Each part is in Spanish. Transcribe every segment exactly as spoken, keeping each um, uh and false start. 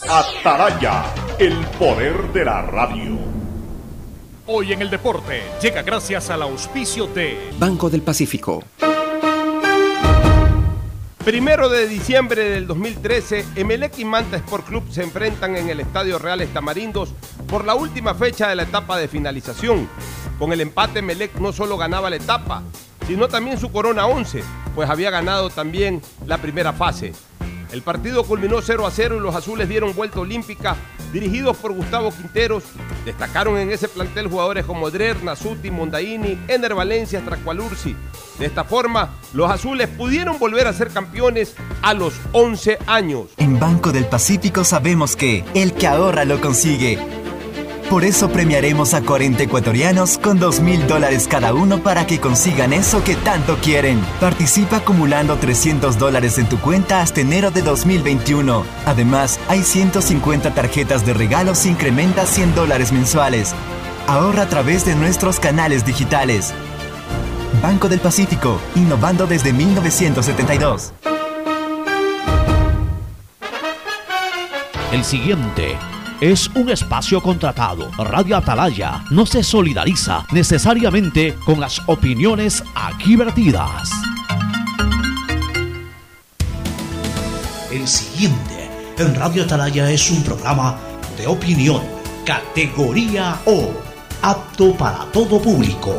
Atalaya, el poder de la radio. Hoy en el deporte llega gracias al auspicio de Banco del Pacífico. Primero de diciembre del dos mil trece, Emelec y Manta Sport Club se enfrentan en el Estadio Reales Tamarindos por la última fecha de la etapa de finalización. Con el empate, Emelec no solo ganaba la etapa, sino también su corona once, pues había ganado también la primera fase. El partido culminó cero a cero y los azules dieron vuelta olímpica, dirigidos por Gustavo Quinteros. Destacaron en ese plantel jugadores como Drer, Nasuti, Mondaini, Ener Valencia, Stracualursi. De esta forma, los azules pudieron volver a ser campeones a los once años. En Banco del Pacífico sabemos que el que ahorra lo consigue. Por eso premiaremos a cuarenta ecuatorianos con dos mil dólares cada uno para que consigan eso que tanto quieren. Participa acumulando trescientos dólares en tu cuenta hasta enero de dos mil veintiuno. Además, hay ciento cincuenta tarjetas de regalos e incrementa cien dólares mensuales. Ahorra a través de nuestros canales digitales. Banco del Pacífico, innovando desde mil novecientos setenta y dos. El siguiente es un espacio contratado. Radio Atalaya no se solidariza necesariamente con las opiniones aquí vertidas. El siguiente en Radio Atalaya es un programa de opinión, categoría O, apto para todo público.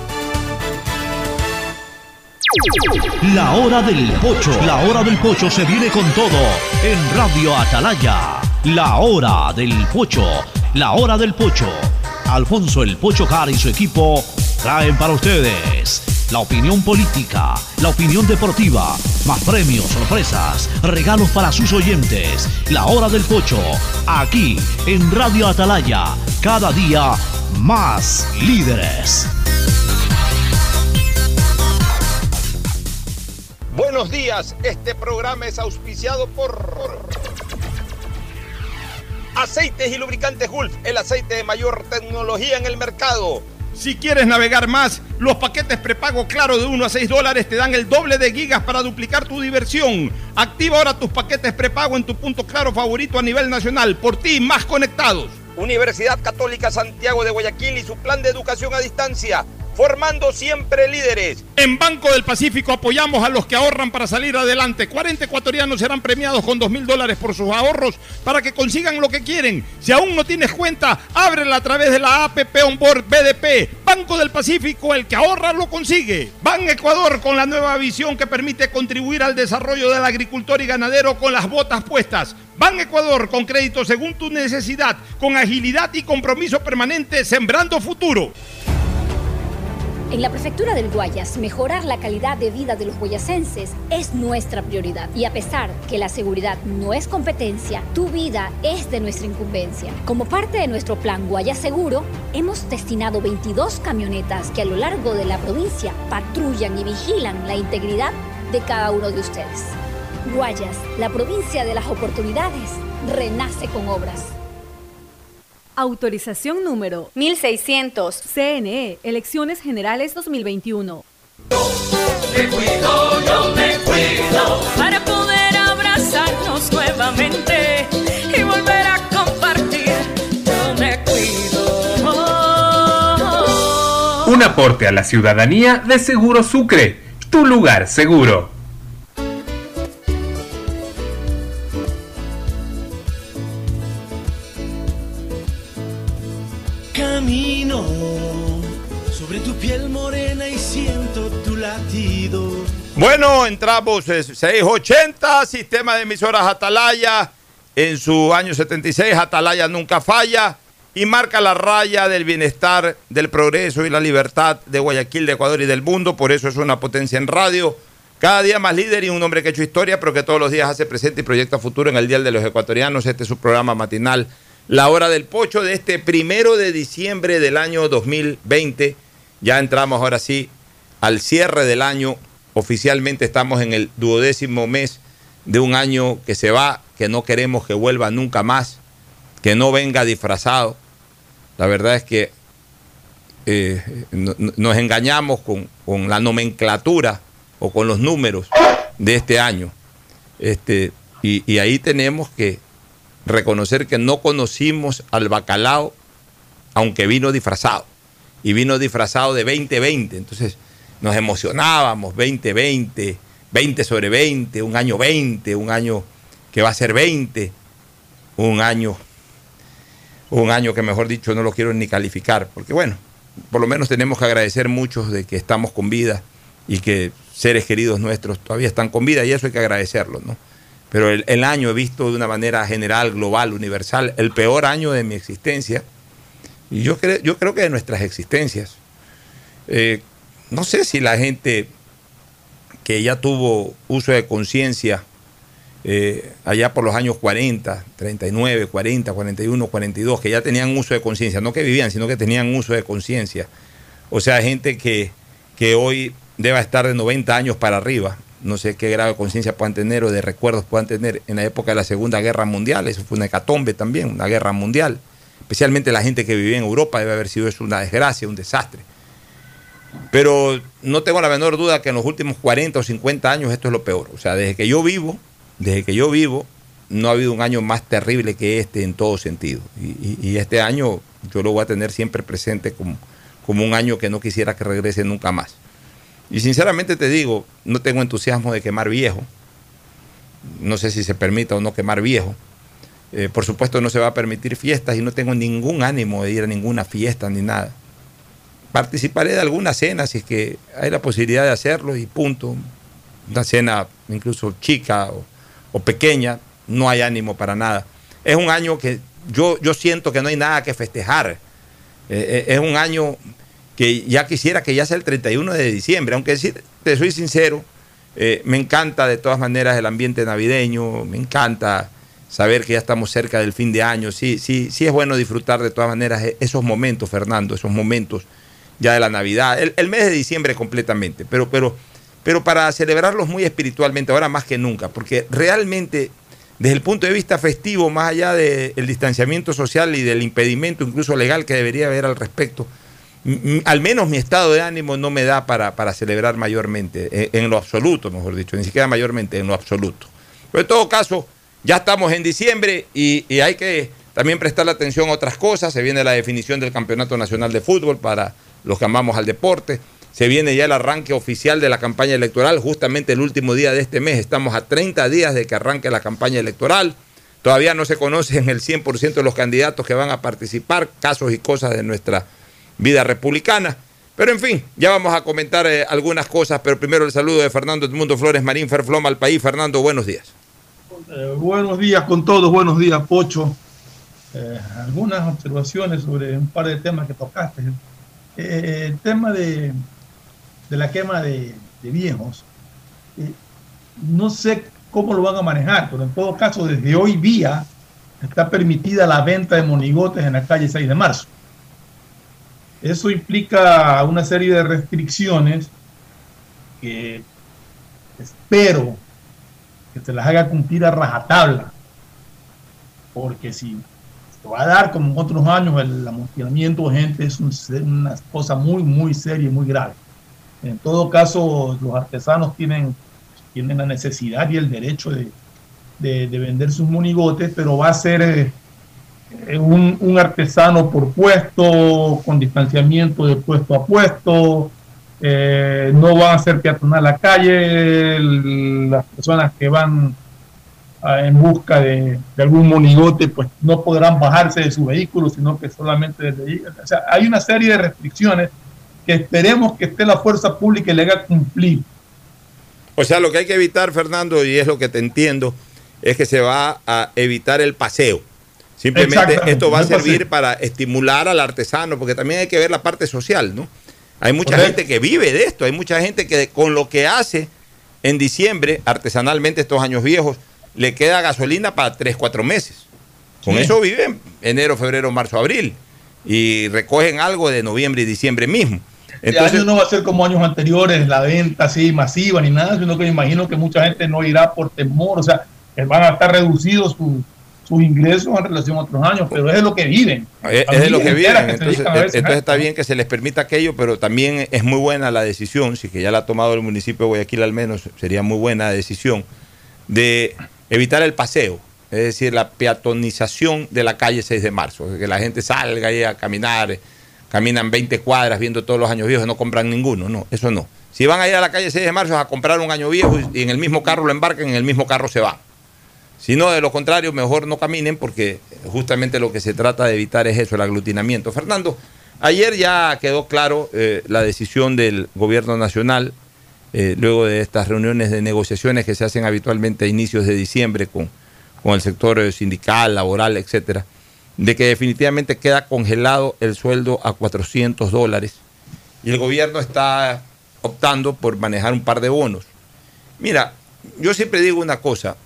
La hora del pocho. La hora del pocho se viene con todo en Radio Atalaya. La hora del pocho. La hora del pocho. Alfonso el Pocho Jara y su equipo traen para ustedes la opinión política, la opinión deportiva, más premios, sorpresas, regalos para sus oyentes. La hora del pocho, aquí en Radio Atalaya, cada día más líderes. Buenos días, este programa es auspiciado por Aceites y Lubricantes Gulf, el aceite de mayor tecnología en el mercado. Si quieres navegar más, los paquetes prepago Claro de uno a seis dólares te dan el doble de gigas para duplicar tu diversión. Activa ahora tus paquetes prepago en tu punto Claro favorito a nivel nacional, por ti más conectados. Universidad Católica Santiago de Guayaquil y su plan de educación a distancia, formando siempre líderes. En Banco del Pacífico apoyamos a los que ahorran para salir adelante. cuarenta ecuatorianos serán premiados con dos mil dólares por sus ahorros para que consigan lo que quieren. Si aún no tienes cuenta, ábrela a través de la A P P Onboard B D P. Banco del Pacífico, el que ahorra lo consigue. Ban Ecuador, con la nueva visión que permite contribuir al desarrollo del agricultor y ganadero con las botas puestas. Ban Ecuador, con crédito según tu necesidad, con agilidad y compromiso permanente, sembrando futuro. En la Prefectura del Guayas, mejorar la calidad de vida de los guayasenses es nuestra prioridad. Y a pesar que la seguridad no es competencia, tu vida es de nuestra incumbencia. Como parte de nuestro plan Guayas Seguro, hemos destinado veintidós camionetas que a lo largo de la provincia patrullan y vigilan la integridad de cada uno de ustedes. Guayas, la provincia de las oportunidades, renace con obras. Autorización número mil seiscientos. C N E, Elecciones Generales dos mil veintiuno. Yo me cuido, yo me cuido, para poder abrazarnos nuevamente y volver a compartir. Yo me cuido. Un aporte a la ciudadanía de Seguro Sucre, tu lugar seguro. Camino sobre tu piel morena y siento tu latido. Bueno, entramos seiscientos ochenta, sistema de emisoras Atalaya. En su año setenta y seis, Atalaya nunca falla y marca la raya del bienestar, del progreso y la libertad de Guayaquil, de Ecuador y del mundo. Por eso es una potencia en radio. Cada día más líder y un hombre que ha hecho historia, pero que todos los días hace presente y proyecta futuro en el Dial de los Ecuatorianos. Este es su programa matinal, La Hora del Pocho, de este primero de diciembre del año dos mil veinte. Ya entramos ahora sí al cierre del año. Oficialmente estamos en el duodécimo mes de un año que se va, que no queremos que vuelva nunca más, que no venga disfrazado. La verdad es que eh, no, nos engañamos con, con la nomenclatura o con los números de este año. Este, y, y ahí tenemos que reconocer que no conocimos al bacalao, aunque vino disfrazado. Y vino disfrazado de veinte veinte. Entonces nos emocionábamos, veinte veinte, veinte sobre veinte, un año veinte, un año que va a ser veinte, un año, un año que mejor dicho no lo quiero ni calificar, porque bueno, por lo menos tenemos que agradecer muchos de que estamos con vida y que seres queridos nuestros todavía están con vida, y eso hay que agradecerlo, ¿no? Pero el, el año he visto de una manera general, global, universal, el peor año de mi existencia, y yo, cre yo creo que de nuestras existencias. Eh, no sé si la gente que ya tuvo uso de conciencia eh, allá por los años cuarenta, treinta y nueve, cuarenta, cuarenta y uno, cuarenta y dos, que ya tenían uso de conciencia, no que vivían, sino que tenían uso de conciencia. O sea, gente que, que hoy deba estar de noventa años para arriba, no sé qué grado de conciencia puedan tener o de recuerdos puedan tener en la época de la Segunda Guerra Mundial. Eso fue una hecatombe también, una guerra mundial. Especialmente la gente que vivía en Europa debe haber sido eso una desgracia, un desastre. Pero no tengo la menor duda que en los últimos cuarenta o cincuenta años esto es lo peor. O sea, desde que yo vivo, desde que yo vivo, no ha habido un año más terrible que este en todo sentido. Y, y, y este año yo lo voy a tener siempre presente como, como un año que no quisiera que regrese nunca más. Y sinceramente te digo, no tengo entusiasmo de quemar viejo. No sé si se permita o no quemar viejo. Eh, por supuesto no se va a permitir fiestas y no tengo ningún ánimo de ir a ninguna fiesta ni nada. Participaré de alguna cena si es que hay la posibilidad de hacerlo y punto. Una cena incluso chica o, o pequeña, no hay ánimo para nada. Es un año que yo, yo siento que no hay nada que festejar. Eh, es un año que ya quisiera que ya sea el treinta y uno de diciembre, aunque si te soy sincero, eh, me encanta de todas maneras el ambiente navideño, me encanta saber que ya estamos cerca del fin de año. Sí, sí, sí es bueno disfrutar de todas maneras esos momentos, Fernando, esos momentos ya de la Navidad, el, el mes de diciembre completamente, pero, pero, pero para celebrarlos muy espiritualmente, ahora más que nunca, porque realmente desde el punto de vista festivo, más allá del distanciamiento social y del impedimento incluso legal que debería haber al respecto, m al menos mi estado de ánimo no me da para, para celebrar mayormente, en, en lo absoluto, mejor dicho, ni siquiera mayormente, en lo absoluto. Pero en todo caso, ya estamos en diciembre y, y hay que también prestarle atención a otras cosas. Se viene la definición del Campeonato Nacional de Fútbol para los que amamos al deporte. Se viene ya el arranque oficial de la campaña electoral, justamente el último día de este mes. Estamos a treinta días de que arranque la campaña electoral. Todavía no se conocen el cien por ciento de los candidatos que van a participar, casos y cosas de nuestra vida republicana. Pero en fin, ya vamos a comentar eh, algunas cosas, pero primero el saludo de Fernando Edmundo Flores Marín, Ferfloma al país. Fernando, buenos días. Eh, buenos días con todos, buenos días, Pocho. Eh, algunas observaciones sobre un par de temas que tocaste. Eh, el tema de, de la quema de, de viejos, eh, no sé cómo lo van a manejar, pero en todo caso, desde hoy día está permitida la venta de monigotes en la calle seis de marzo. Eso implica una serie de restricciones que espero que se las haga cumplir a rajatabla, porque si se va a dar como en otros años el amotinamiento de gente es un, una cosa muy muy seria y muy grave. En todo caso, los artesanos tienen, tienen la necesidad y el derecho de, de, de vender sus monigotes, pero va a ser eh, un, un artesano por puesto, con distanciamiento de puesto a puesto. Eh, no van a hacer peatonal la calle. El, las personas que van a, en busca de, de algún monigote pues no podrán bajarse de su vehículo, sino que solamente desde, o sea, hay una serie de restricciones que esperemos que esté la fuerza pública y le haga cumplir. O sea, lo que hay que evitar, Fernando, y es lo que te entiendo, es que se va a evitar el paseo. Simplemente esto va a servir para estimular al artesano, porque también hay que ver la parte social, ¿no? Hay mucha Correcto. gente que vive de esto, hay mucha gente que con lo que hace en diciembre, artesanalmente estos años viejos, le queda gasolina para tres, cuatro meses. Con sí. eso viven enero, febrero, marzo, abril. Y recogen algo de noviembre y diciembre mismo. Entonces, este año no va a ser como años anteriores, la venta así masiva ni nada, sino que me imagino que mucha gente no irá por temor, o sea, van a estar reducidos sus sus ingresos en relación a otros años, pero es de lo que viven. Es, es de lo que viven, entonces, entonces está bien que se les permita aquello, pero también es muy buena la decisión, si que ya la ha tomado el municipio de Guayaquil al menos, sería muy buena decisión, de evitar el paseo. es decir, la peatonización de la calle seis de marzo, que la gente salga ahí a caminar, caminan veinte cuadras viendo todos los años viejos, no compran ninguno, no, eso no. Si van a ir a la calle seis de marzo a comprar un año viejo y en el mismo carro lo embarcan, en el mismo carro se van. Si no, de lo contrario, mejor no caminen, porque justamente lo que se trata de evitar es eso, el aglutinamiento. Fernando, ayer ya quedó claro eh, la decisión del gobierno nacional, eh, luego de estas reuniones de negociaciones que se hacen habitualmente a inicios de diciembre con, con el sector sindical, laboral, etcétera, de que definitivamente queda congelado el sueldo a cuatrocientos dólares y el gobierno está optando por manejar un par de bonos. Mira, yo siempre digo una cosa,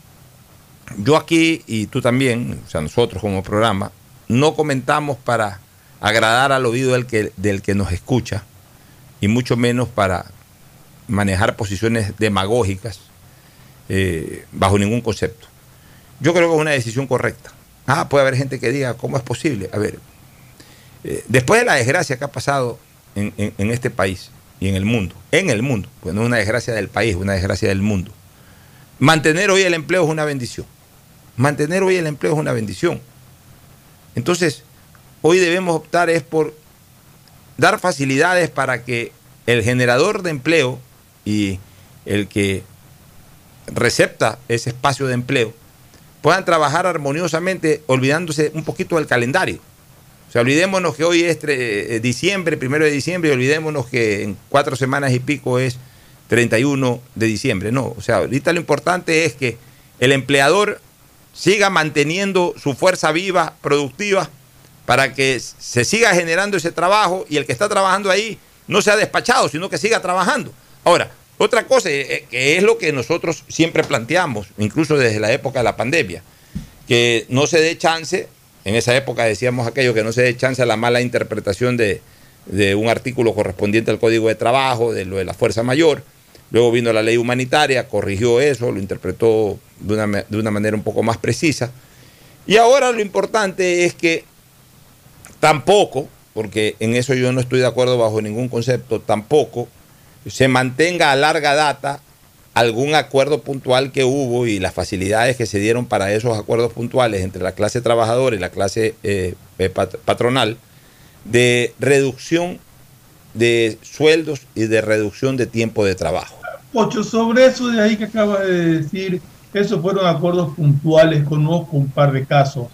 yo aquí y tú también, o sea, nosotros como programa, no comentamos para agradar al oído del que, del que nos escucha y mucho menos para manejar posiciones demagógicas eh, bajo ningún concepto. Yo creo que es una decisión correcta. Ah, puede haber gente que diga, ¿cómo es posible? A ver, eh, después de la desgracia que ha pasado en, en, en este país y en el mundo, en el mundo, pues no es una desgracia del país, es una desgracia del mundo. Mantener hoy el empleo es una bendición. Mantener hoy el empleo es una bendición. Entonces, hoy debemos optar es por dar facilidades para que el generador de empleo y el que recepta ese espacio de empleo puedan trabajar armoniosamente, olvidándose un poquito del calendario. O sea, olvidémonos que hoy es eh, diciembre, primero de diciembre, y olvidémonos que en cuatro semanas y pico es treinta y uno de diciembre. No, o sea, ahorita lo importante es que el empleador siga manteniendo su fuerza viva, productiva, para que se siga generando ese trabajo y el que está trabajando ahí no sea despachado, sino que siga trabajando. Ahora, otra cosa, que es lo que nosotros siempre planteamos, incluso desde la época de la pandemia, que no se dé chance, en esa época decíamos aquello, que no se dé chance a la mala interpretación de, de un artículo correspondiente al Código de Trabajo, de lo de la fuerza mayor. Luego vino la ley humanitaria, corrigió eso, lo interpretó de una, de una manera un poco más precisa. Y ahora lo importante es que tampoco, porque en eso yo no estoy de acuerdo bajo ningún concepto, tampoco se mantenga a larga data algún acuerdo puntual que hubo y las facilidades que se dieron para esos acuerdos puntuales entre la clase trabajadora y la clase eh, patronal de reducción de sueldos y de reducción de tiempo de trabajo. Pocho, sobre eso de ahí que acabas de decir, esos fueron acuerdos puntuales. Conozco un par de casos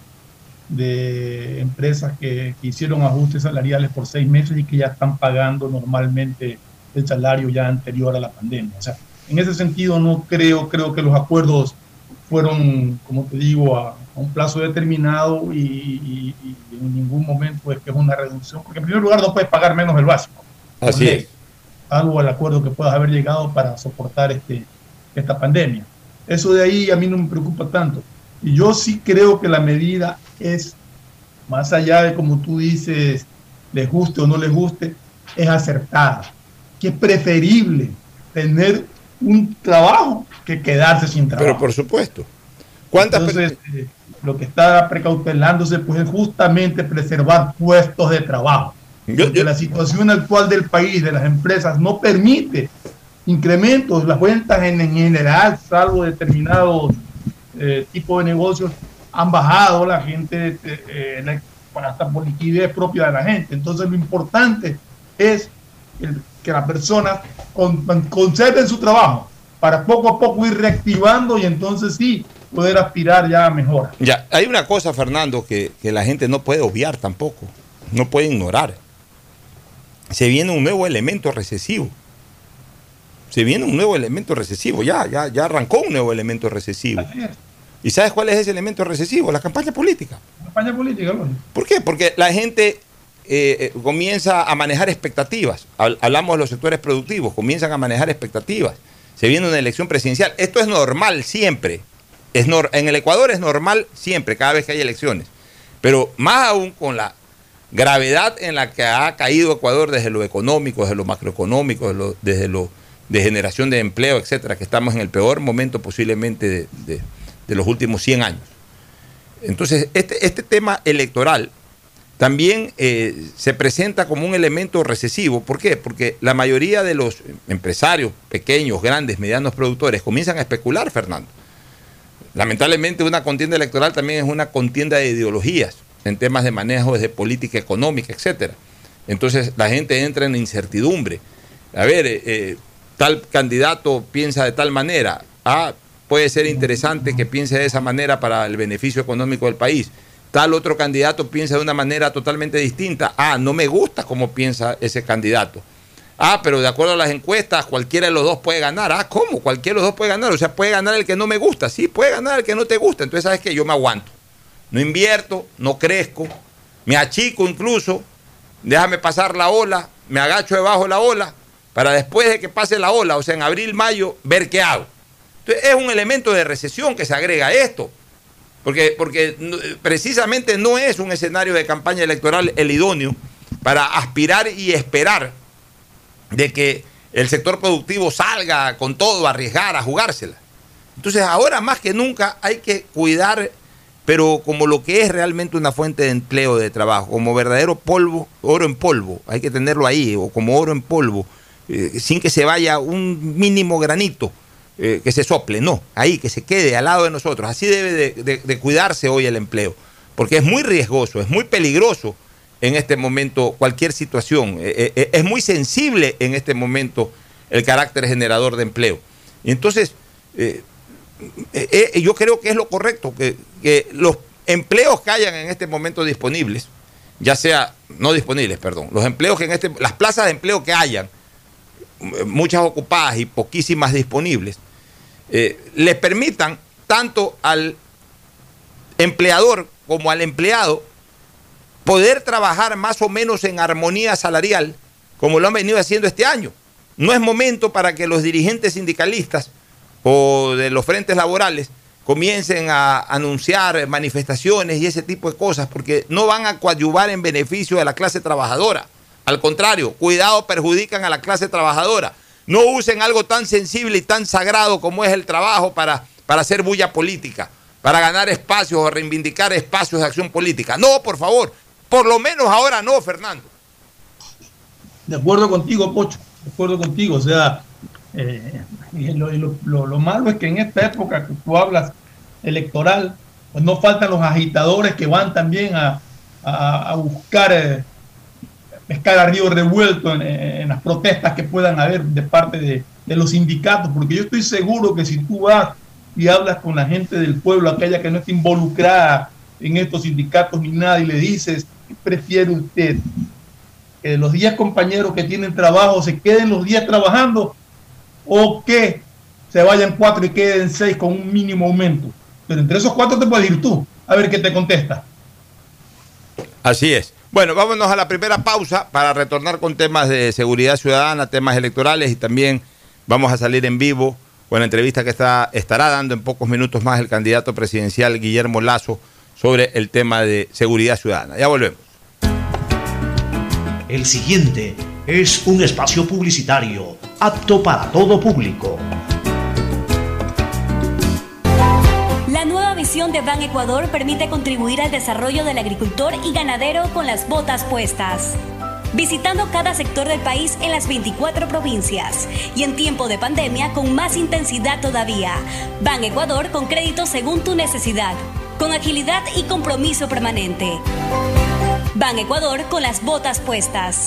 de empresas que, que hicieron ajustes salariales por seis meses y que ya están pagando normalmente el salario ya anterior a la pandemia. O sea, en ese sentido no creo, creo que los acuerdos fueron, como te digo, a, a un plazo determinado y, y, y en ningún momento es que es una reducción, porque en primer lugar no puedes pagar menos del básico. Así es. Algo al acuerdo que puedas haber llegado para soportar este, esta pandemia. Eso de ahí a mí no me preocupa tanto. Y yo sí creo que la medida es, más allá de como tú dices, les guste o no les guste, es acertada. Que es preferible tener un trabajo que quedarse sin trabajo. Pero por supuesto. ¿Cuántas Entonces, eh, lo que está precautelándose pues, es justamente preservar puestos de trabajo. Yo, Porque yo... la situación actual del país, de las empresas, no permite incrementos. Las ventas en, en general, salvo determinados eh, tipos de negocios, han bajado. La gente, eh, eh, hasta por liquidez propia de la gente. Entonces, lo importante es el, que las personas con, conserven su trabajo para poco a poco ir reactivando y entonces sí poder aspirar ya a mejora. Ya, hay una cosa, Fernando, que, que la gente no puede obviar tampoco, no puede ignorar. Se viene un nuevo elemento recesivo. Se viene un nuevo elemento recesivo. Ya, ya, ya arrancó un nuevo elemento recesivo. ¿Y sabes cuál es ese elemento recesivo? La campaña política. La campaña política, ¿no? ¿Por qué? Porque la gente eh, comienza a manejar expectativas. Hablamos de los sectores productivos, comienzan a manejar expectativas. Se viene una elección presidencial. Esto es normal siempre. Es nor- en el Ecuador es normal siempre, cada vez que hay elecciones. Pero más aún con la gravedad en la que ha caído Ecuador desde lo económico, desde lo macroeconómico, desde lo, desde lo de generación de empleo, etcétera, que estamos en el peor momento posiblemente de, de, de los últimos cien años. Entonces, este, este tema electoral también eh, se presenta como un elemento recesivo. ¿Por qué? Porque la mayoría de los empresarios, pequeños, grandes, medianos productores, comienzan a especular, Fernando. lamentablemente una contienda electoral también es una contienda de ideologías en temas de manejo de política económica, etcétera. Entonces la gente entra en incertidumbre. A ver, eh, eh, tal candidato piensa de tal manera. Ah, puede ser interesante que piense de esa manera para el beneficio económico del país. Tal otro candidato piensa de una manera totalmente distinta. Ah, no me gusta cómo piensa ese candidato. Ah, pero de acuerdo a las encuestas, cualquiera de los dos puede ganar. Ah, ¿cómo? Cualquiera de los dos puede ganar. O sea, puede ganar el que no me gusta. Sí, puede ganar el que no te gusta. Entonces, ¿sabes qué? Yo me aguanto. No invierto, no crezco, me achico incluso, déjame pasar la ola, me agacho debajo de la ola, para después de que pase la ola, o sea, en abril, mayo, ver qué hago. Entonces, es un elemento de recesión que se agrega a esto. Porque, porque precisamente no es un escenario de campaña electoral el idóneo para aspirar y esperar de que el sector productivo salga con todo, a arriesgar, a jugársela. Entonces ahora más que nunca hay que cuidar, pero como lo que es realmente una fuente de empleo, de trabajo, como verdadero polvo, oro en polvo, hay que tenerlo ahí, o como oro en polvo, eh, sin que se vaya un mínimo granito. Eh, que se sople, no, ahí, que se quede al lado de nosotros. Así debe de, de, de cuidarse hoy el empleo, porque es muy riesgoso, es muy peligroso en este momento cualquier situación, eh, eh, es muy sensible en este momento el carácter generador de empleo. Y entonces, eh, eh, eh, yo creo que es lo correcto, que, que los empleos que hayan en este momento disponibles, ya sea, no disponibles, perdón, los empleos que en este, las plazas de empleo que hayan, muchas ocupadas y poquísimas disponibles, eh, les permitan tanto al empleador como al empleado poder trabajar más o menos en armonía salarial, como lo han venido haciendo este año. No es momento para que los dirigentes sindicalistas o de los frentes laborales comiencen a anunciar manifestaciones y ese tipo de cosas, porque no van a coadyuvar en beneficio de la clase trabajadora. Al contrario, cuidado, perjudican a la clase trabajadora. No usen algo tan sensible y tan sagrado como es el trabajo para, para hacer bulla política, para ganar espacios o reivindicar espacios de acción política. No, por favor, por lo menos ahora no, Fernando. De acuerdo contigo, Pocho, de acuerdo contigo. O sea, eh, lo, lo, lo, lo malo es que en esta época que tú hablas electoral, pues no faltan los agitadores que van también a, a, a buscar... Eh, pescar a río revuelto en, en las protestas que puedan haber de parte de, de los sindicatos, porque yo estoy seguro que si tú vas y hablas con la gente del pueblo, aquella que no está involucrada en estos sindicatos ni nada, y le dices, ¿qué prefiere usted? ¿Que los diez compañeros que tienen trabajo se queden los diez trabajando, o que se vayan cuatro y queden seis con un mínimo aumento? Pero entre esos cuatro te puedes ir tú, a ver qué te contesta. Así es. Bueno, vámonos a la primera pausa para retornar con temas de seguridad ciudadana, temas electorales, y también vamos a salir en vivo con la entrevista que está, estará dando en pocos minutos más el candidato presidencial Guillermo Lasso sobre el tema de seguridad ciudadana. Ya volvemos. El siguiente es un espacio publicitario apto para todo público. La nueva visión de Ban Ecuador permite contribuir al desarrollo del agricultor y ganadero con las botas puestas, visitando cada sector del país en las veinticuatro provincias y en tiempo de pandemia con más intensidad todavía. Ban Ecuador con crédito según tu necesidad, con agilidad y compromiso permanente. Ban Ecuador con las botas puestas.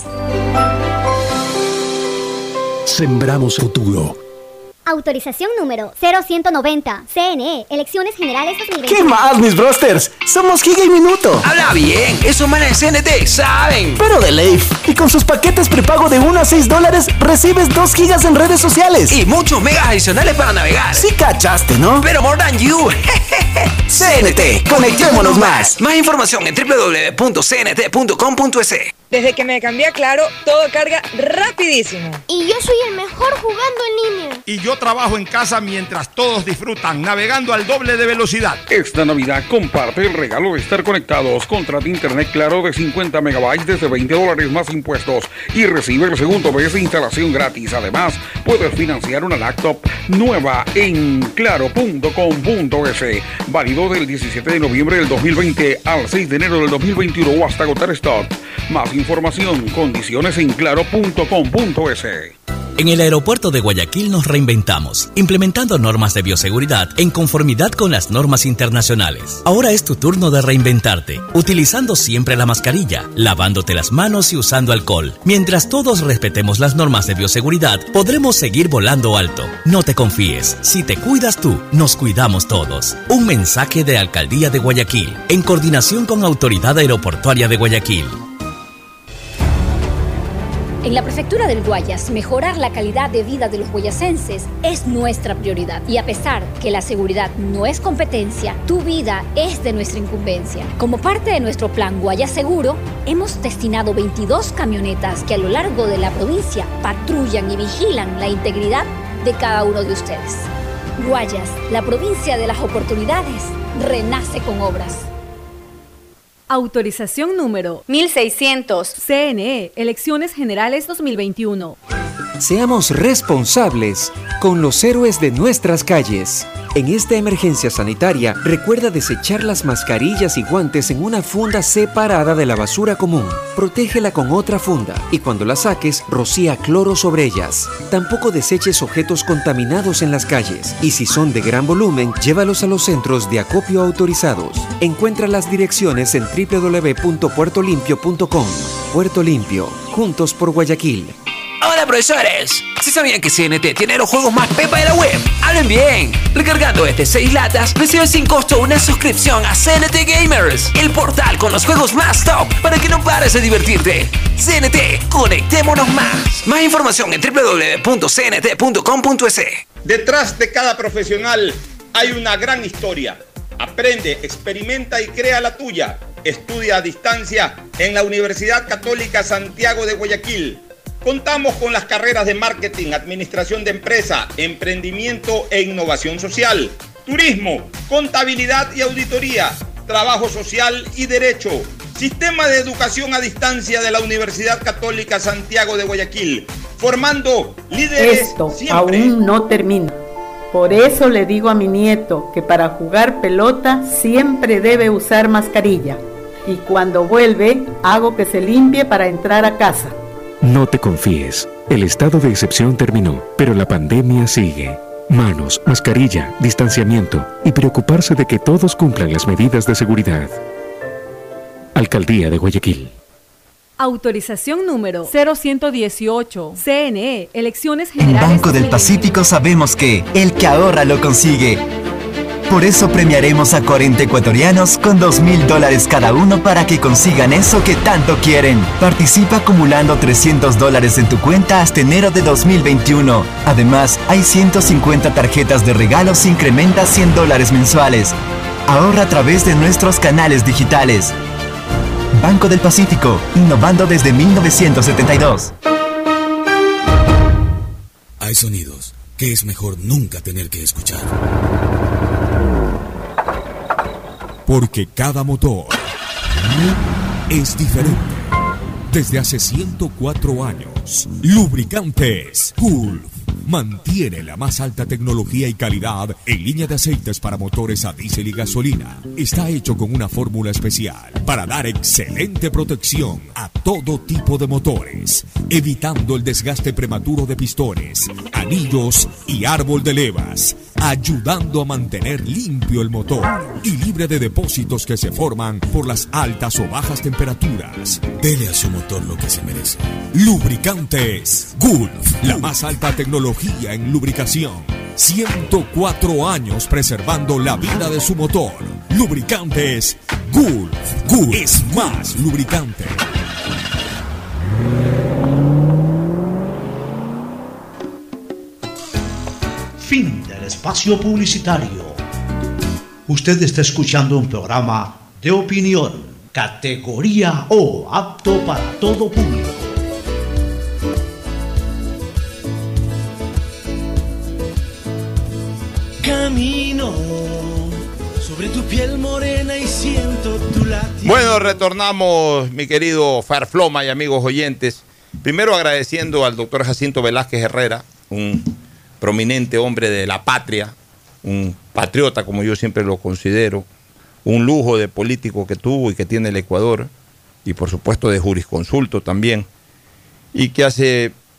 Sembramos futuro. Autorización número cero ciento noventa. C N E, Elecciones Generales dos mil veinte. ¿Qué más, mis brosters? Somos Giga y Minuto. Habla bien, esos manes de C N T saben. Pero de ley. Y con sus paquetes prepago de uno a seis dólares, recibes dos gigas en redes sociales. Y muchos megas adicionales para navegar. Sí cachaste, ¿no? Pero more than you. C N T, conectémonos más. Más información en doble u doble u doble u punto c n t punto com punto e s. Desde que me cambié a Claro, todo carga rapidísimo. Y yo soy el mejor jugando en línea. Y yo trabajo en casa mientras todos disfrutan, navegando al doble de velocidad. Esta Navidad comparte el regalo de estar conectados. Contrata internet Claro de cincuenta megabytes desde veinte dólares más impuestos y recibe el segundo mes de instalación gratis. Además, puedes financiar una laptop nueva en claro punto com punto e s. Válido del diecisiete de noviembre del dos mil veinte al seis de enero del dos mil veintiuno o hasta agotar stock. Más información, condiciones en claro punto com punto e s. En el aeropuerto de Guayaquil nos reinventamos, implementando normas de bioseguridad en conformidad con las normas internacionales. Ahora es tu turno de reinventarte, utilizando siempre la mascarilla, lavándote las manos y usando alcohol. Mientras todos respetemos las normas de bioseguridad, podremos seguir volando alto. No te confíes, si te cuidas tú, nos cuidamos todos. Un mensaje de Alcaldía de Guayaquil, en coordinación con Autoridad Aeroportuaria de Guayaquil. En la Prefectura del Guayas, mejorar la calidad de vida de los guayasenses es nuestra prioridad. Y a pesar que la seguridad no es competencia, tu vida es de nuestra incumbencia. Como parte de nuestro plan Guayas Seguro, hemos destinado veintidós camionetas que a lo largo de la provincia patrullan y vigilan la integridad de cada uno de ustedes. Guayas, la provincia de las oportunidades, renace con obras. Autorización número mil seiscientos. C N E, Elecciones Generales dos mil veintiuno. Seamos responsables con los héroes de nuestras calles. En esta emergencia sanitaria, recuerda desechar las mascarillas y guantes en una funda separada de la basura común. Protégela con otra funda y cuando la saques, rocía cloro sobre ellas. Tampoco deseches objetos contaminados en las calles y si son de gran volumen, llévalos a los centros de acopio autorizados. Encuentra las direcciones en doble u doble u doble u punto puerto limpio punto com. Puerto Limpio, juntos por Guayaquil. Hola profesores, ¿sí sabían que C N T tiene los juegos más pepa de la web? ¡Hablen bien! Recargando este seis latas, recibes sin costo una suscripción a C N T Gamers, el portal con los juegos más top para que no pares de divertirte. C N T, conectémonos más. Más información en doble u doble u doble u punto c n t punto com punto e s. Detrás de cada profesional hay una gran historia. Aprende, experimenta y crea la tuya. Estudia a distancia en la Universidad Católica Santiago de Guayaquil. Contamos con las carreras de marketing, administración de empresa, emprendimiento e innovación social, turismo, contabilidad y auditoría, trabajo social y derecho. Sistema de educación a distancia de la Universidad Católica Santiago de Guayaquil, formando líderes. Esto siempre. Aún no termina. Por eso le digo a mi nieto que para jugar pelota siempre debe usar mascarilla. Y cuando vuelve, hago que se limpie para entrar a casa. No te confíes, el estado de excepción terminó, pero la pandemia sigue. Manos, mascarilla, distanciamiento y preocuparse de que todos cumplan las medidas de seguridad. Alcaldía de Guayaquil. Autorización número cero ciento dieciocho. C N E, Elecciones En Generales. Banco del Pacífico sabemos que el que ahorra lo consigue. Por eso premiaremos a cuarenta ecuatorianos con dos mil dólares cada uno para que consigan eso que tanto quieren. Participa acumulando trescientos dólares en tu cuenta hasta enero de dos mil veintiuno. Además, hay ciento cincuenta tarjetas de regalos e incrementa cien dólares mensuales. Ahorra a través de nuestros canales digitales. Banco del Pacífico, innovando desde mil novecientos setenta y dos. Hay sonidos que es mejor nunca tener que escuchar. Porque cada motor es diferente. Desde hace ciento cuatro años, Lubricantes Gulf mantiene la más alta tecnología y calidad en línea de aceites para motores a diésel y gasolina. Está hecho con una fórmula especial para dar excelente protección a todo tipo de motores, evitando el desgaste prematuro de pistones, anillos y árbol de levas, ayudando a mantener limpio el motor y libre de depósitos que se forman por las altas o bajas temperaturas. Dele a su motor lo que se merece. Lubricantes Gulf, la más alta tecnología en lubricación. ciento cuatro años preservando la vida de su motor. Lubricantes Gulf. Gulf es más lubricante. Fin del espacio publicitario. Usted está escuchando un programa de opinión, categoría O, apto para todo público. Camino sobre tu piel morena y siento tu latido. Bueno, retornamos, mi querido Farfloma y amigos oyentes. Primero agradeciendo al doctor Jacinto Velázquez Herrera, un prominente hombre de la patria, un patriota como yo siempre lo considero, un lujo de político que tuvo y que tiene el Ecuador, y por supuesto de jurisconsulto también, y que hace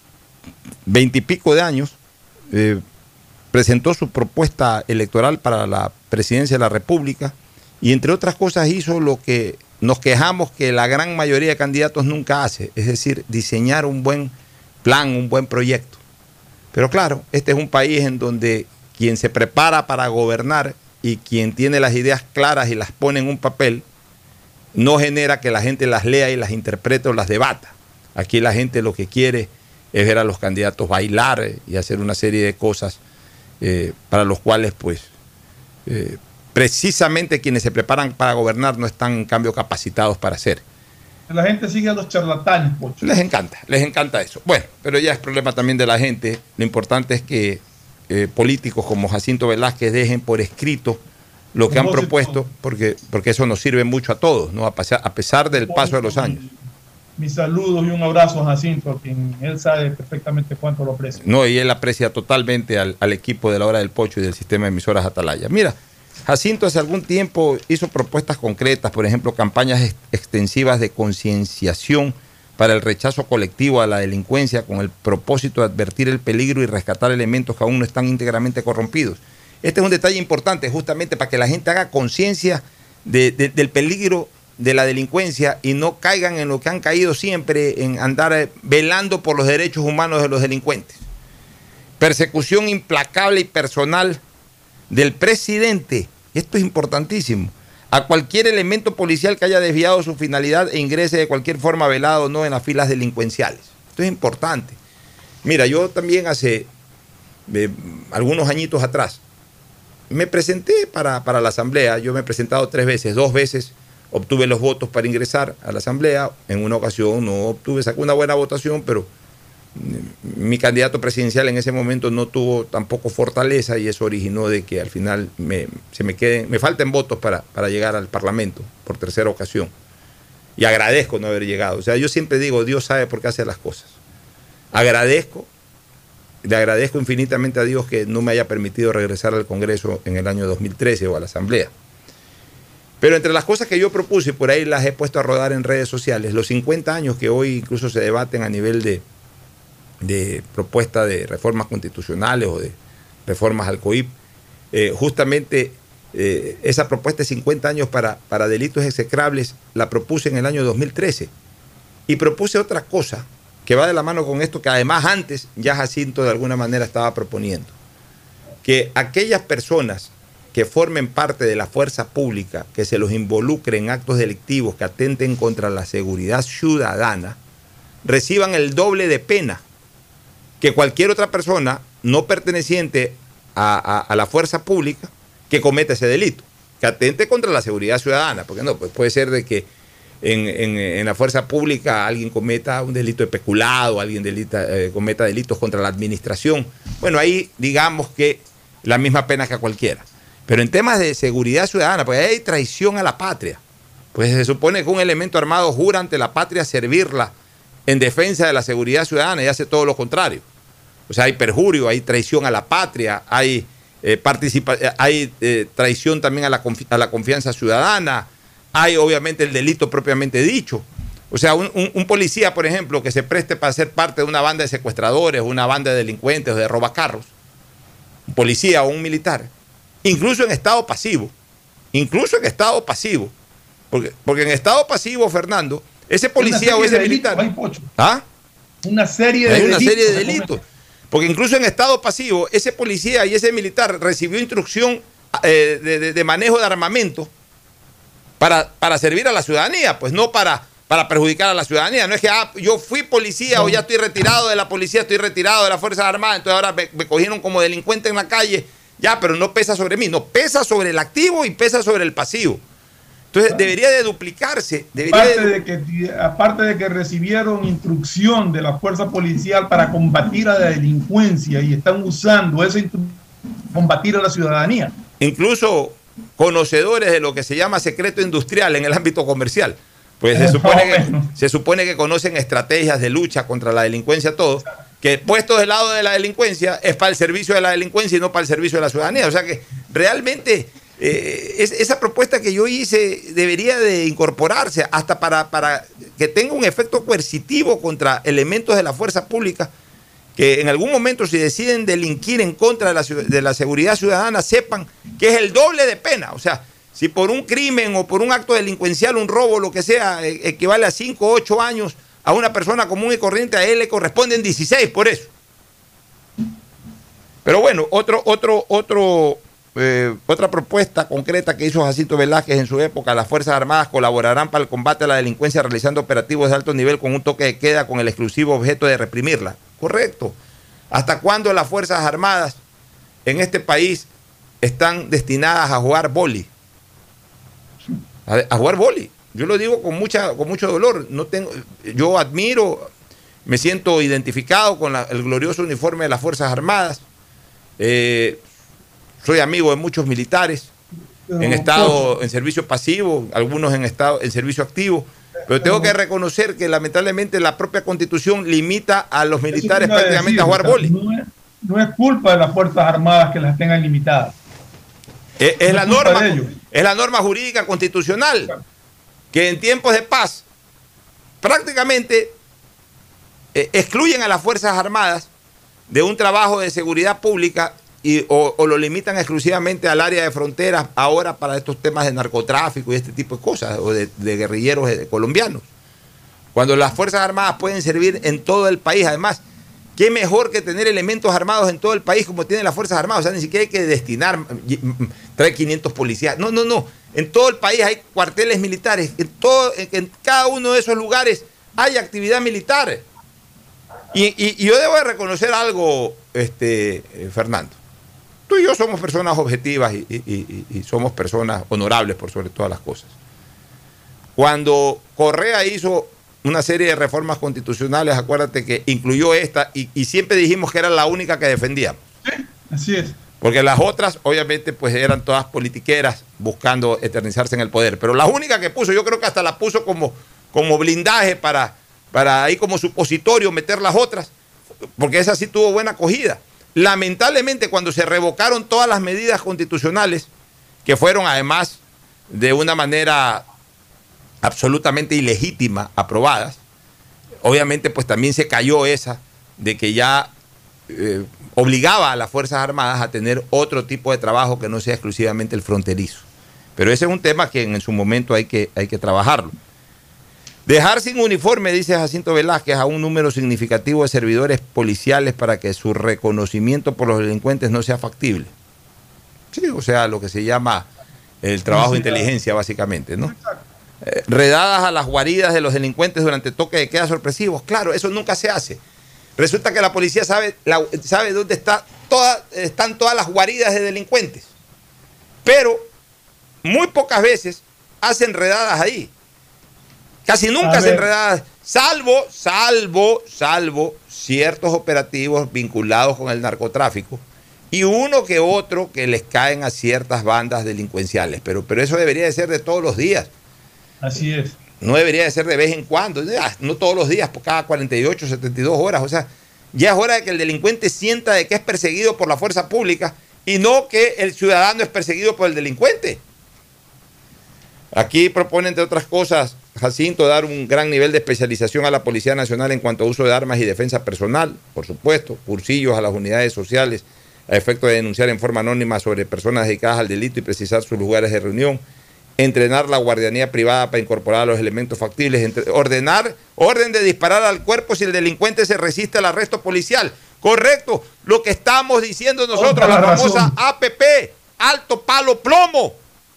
veintipico de años, eh, presentó su propuesta electoral para la presidencia de la República y entre otras cosas hizo lo que nos quejamos que la gran mayoría de candidatos nunca hace, es decir, diseñar un buen plan, un buen proyecto. Pero claro, este es un país en donde quien se prepara para gobernar y quien tiene las ideas claras y las pone en un papel, no genera que la gente las lea y las interprete o las debata. Aquí la gente lo que quiere es ver a los candidatos bailar y hacer una serie de cosas eh, para los cuales, pues, eh, precisamente quienes se preparan para gobernar no están, en cambio, capacitados para hacer. La gente sigue a los charlatanes, Pocho. Les encanta, les encanta eso. Bueno, pero ya es problema también de la gente. Lo importante es que eh, políticos como Jacinto Velázquez dejen por escrito lo que han propuesto, porque, porque eso nos sirve mucho a todos, ¿no? A, pasar, a pesar del paso de los años. Mis saludos y un abrazo a Jacinto, a quien él sabe perfectamente cuánto lo aprecia. No, y él aprecia totalmente al, al equipo de La Hora del Pocho y del sistema de emisoras Atalaya. Mira, Jacinto hace algún tiempo hizo propuestas concretas, por ejemplo, campañas ex extensivas de concienciación para el rechazo colectivo a la delincuencia con el propósito de advertir el peligro y rescatar elementos que aún no están íntegramente corrompidos. Este es un detalle importante justamente para que la gente haga conciencia de, de, del peligro de la delincuencia y no caigan en lo que han caído siempre, en andar velando por los derechos humanos de los delincuentes. Persecución implacable y personal del presidente, esto es importantísimo, a cualquier elemento policial que haya desviado su finalidad e ingrese de cualquier forma velado o no en las filas delincuenciales. Esto es importante. Mira, yo también hace eh, algunos añitos atrás me presenté para, para la asamblea. Yo me he presentado tres veces, dos veces obtuve los votos para ingresar a la asamblea, en una ocasión no obtuve, sacé una buena votación, pero mi candidato presidencial en ese momento no tuvo tampoco fortaleza y eso originó de que al final me, se me queden, me falten votos para, para llegar al Parlamento por tercera ocasión. Y agradezco no haber llegado. O sea, yo siempre digo, Dios sabe por qué hace las cosas. Agradezco, le agradezco infinitamente a Dios que no me haya permitido regresar al Congreso en el año dos mil trece o a la Asamblea. Pero entre las cosas que yo propuse, y por ahí las he puesto a rodar en redes sociales, los cincuenta años que hoy incluso se debaten a nivel de de propuesta de reformas constitucionales o de reformas al C O I P, eh, justamente eh, esa propuesta de cincuenta años para, para delitos execrables la propuse en el año dos mil trece y propuse otra cosa que va de la mano con esto que además antes ya Jacinto de alguna manera estaba proponiendo, que aquellas personas que formen parte de la fuerza pública, que se los involucre en actos delictivos que atenten contra la seguridad ciudadana, reciban el doble de pena que cualquier otra persona no perteneciente a, a, a la fuerza pública que cometa ese delito, que atente contra la seguridad ciudadana, porque no, pues puede ser de que en, en, en la fuerza pública alguien cometa un delito de peculado, alguien delita, eh, cometa delitos contra la administración. Bueno, ahí digamos que la misma pena que a cualquiera. Pero en temas de seguridad ciudadana, pues hay traición a la patria. Pues se supone que un elemento armado jura ante la patria servirla en defensa de la seguridad ciudadana y hace todo lo contrario. O sea, hay perjurio, hay traición a la patria, hay, eh, participa hay eh, traición también a la, a la confianza ciudadana, hay obviamente el delito propiamente dicho. O sea, un, un, un policía, por ejemplo, que se preste para ser parte de una banda de secuestradores, una banda de delincuentes o de robacarros, un policía o un militar, incluso en estado pasivo, incluso en estado pasivo, porque, porque en estado pasivo, Fernando, ese policía o ese militar... Delitos, ¿Ah? Una serie de Hay una delitos. serie de delitos. Porque incluso en estado pasivo, ese policía y ese militar recibió instrucción eh, de, de, de manejo de armamento para, para servir a la ciudadanía, pues no para, para perjudicar a la ciudadanía. No es que ah, yo fui policía no. o ya estoy retirado de la policía, estoy retirado de las Fuerzas Armadas, entonces ahora me, me cogieron como delincuente en la calle, ya, pero no pesa sobre mí. No, pesa sobre el activo y pesa sobre el pasivo. Entonces debería de duplicarse. Debería aparte, de... De que, aparte de que recibieron instrucción de la fuerza policial para combatir a la delincuencia y están usando esa instrucción para combatir a la ciudadanía. Incluso conocedores de lo que se llama secreto industrial en el ámbito comercial. Pues se supone, que, se supone que conocen estrategias de lucha contra la delincuencia, todo, que puestos del lado de la delincuencia es para el servicio de la delincuencia y no para el servicio de la ciudadanía. O sea que realmente... Eh, es, esa propuesta que yo hice debería de incorporarse hasta para, para que tenga un efecto coercitivo contra elementos de la fuerza pública que en algún momento si deciden delinquir en contra de la, de la seguridad ciudadana, sepan que es el doble de pena. O sea, si por un crimen o por un acto delincuencial, un robo, lo que sea, equivale a cinco o ocho años, a una persona común y corriente, a él le corresponden dieciséis por eso. Pero bueno, otro, otro, otro, eh, otra propuesta concreta que hizo Jacinto Velázquez en su época: las Fuerzas Armadas colaborarán para el combate a la delincuencia realizando operativos de alto nivel con un toque de queda con el exclusivo objeto de reprimirla. Correcto. ¿Hasta cuándo las Fuerzas Armadas en este país están destinadas a jugar boli? A, a jugar boli. Yo lo digo con mucha, con mucho dolor. No tengo, yo admiro, me siento identificado con la, el glorioso uniforme de las Fuerzas Armadas. Eh, soy amigo de muchos militares en estado, en servicio pasivo, algunos en estado, en servicio activo, pero tengo que reconocer que lamentablemente la propia Constitución limita a los militares prácticamente decir, a jugar boli. No es, no es culpa de las Fuerzas Armadas que las tengan limitadas. Es, es, no la es, norma, es la norma jurídica constitucional, claro, que en tiempos de paz prácticamente eh, excluyen a las Fuerzas Armadas de un trabajo de seguridad pública y, o, o lo limitan exclusivamente al área de fronteras ahora para estos temas de narcotráfico y este tipo de cosas, o de, de guerrilleros colombianos. Cuando las Fuerzas Armadas pueden servir en todo el país. Además, qué mejor que tener elementos armados en todo el país como tienen las Fuerzas Armadas. O sea, ni siquiera hay que destinar, traer quinientos policías. No, no, no. En todo el país hay cuarteles militares. En, todo, en, en cada uno de esos lugares hay actividad militar. Y, y, y yo debo de reconocer algo, este, eh, Fernando. Tú y yo somos personas objetivas y, y, y, y somos personas honorables por sobre todas las cosas. Cuando Correa hizo una serie de reformas constitucionales, acuérdate que incluyó esta y, y siempre dijimos que era la única que defendíamos. Sí, así es. Porque las otras, obviamente, pues eran todas politiqueras buscando eternizarse en el poder. Pero la única que puso, yo creo que hasta la puso como, como blindaje para... para ahí como supositorio meter las otras, porque esa sí tuvo buena acogida. Lamentablemente, cuando se revocaron todas las medidas constitucionales, que fueron además de una manera absolutamente ilegítima aprobadas, obviamente pues también se cayó esa de que ya eh, obligaba a las Fuerzas Armadas a tener otro tipo de trabajo que no sea exclusivamente el fronterizo. Pero ese es un tema que en su momento hay que, hay que trabajarlo. Dejar sin uniforme, dice Jacinto Velázquez, a un número significativo de servidores policiales para que su reconocimiento por los delincuentes no sea factible. Sí, o sea, lo que se llama el trabajo de inteligencia, básicamente, ¿no? Eh, redadas a las guaridas de los delincuentes durante toque de queda sorpresivos. Claro, eso nunca se hace. Resulta que la policía sabe, la, sabe dónde está toda, están todas las guaridas de delincuentes. Pero muy pocas veces hacen redadas ahí. Casi nunca hacen redadas, salvo, salvo, salvo ciertos operativos vinculados con el narcotráfico y uno que otro que les caen a ciertas bandas delincuenciales. Pero, pero eso debería de ser de todos los días. Así es. No debería de ser de vez en cuando, no todos los días, por cada cuarenta y ocho, setenta y dos horas. O sea, ya es hora de que el delincuente sienta de que es perseguido por la fuerza pública y no que el ciudadano es perseguido por el delincuente. Aquí proponen, entre otras cosas, Jacinto, dar un gran nivel de especialización a la Policía Nacional en cuanto a uso de armas y defensa personal, por supuesto, cursillos a las unidades sociales a efecto de denunciar en forma anónima sobre personas dedicadas al delito y precisar sus lugares de reunión, entrenar la guardianía privada para incorporar a los elementos factibles, entre, ordenar, orden de disparar al cuerpo si el delincuente se resiste al arresto policial. Correcto, lo que estamos diciendo nosotros, la famosa A P P, alto palo plomo.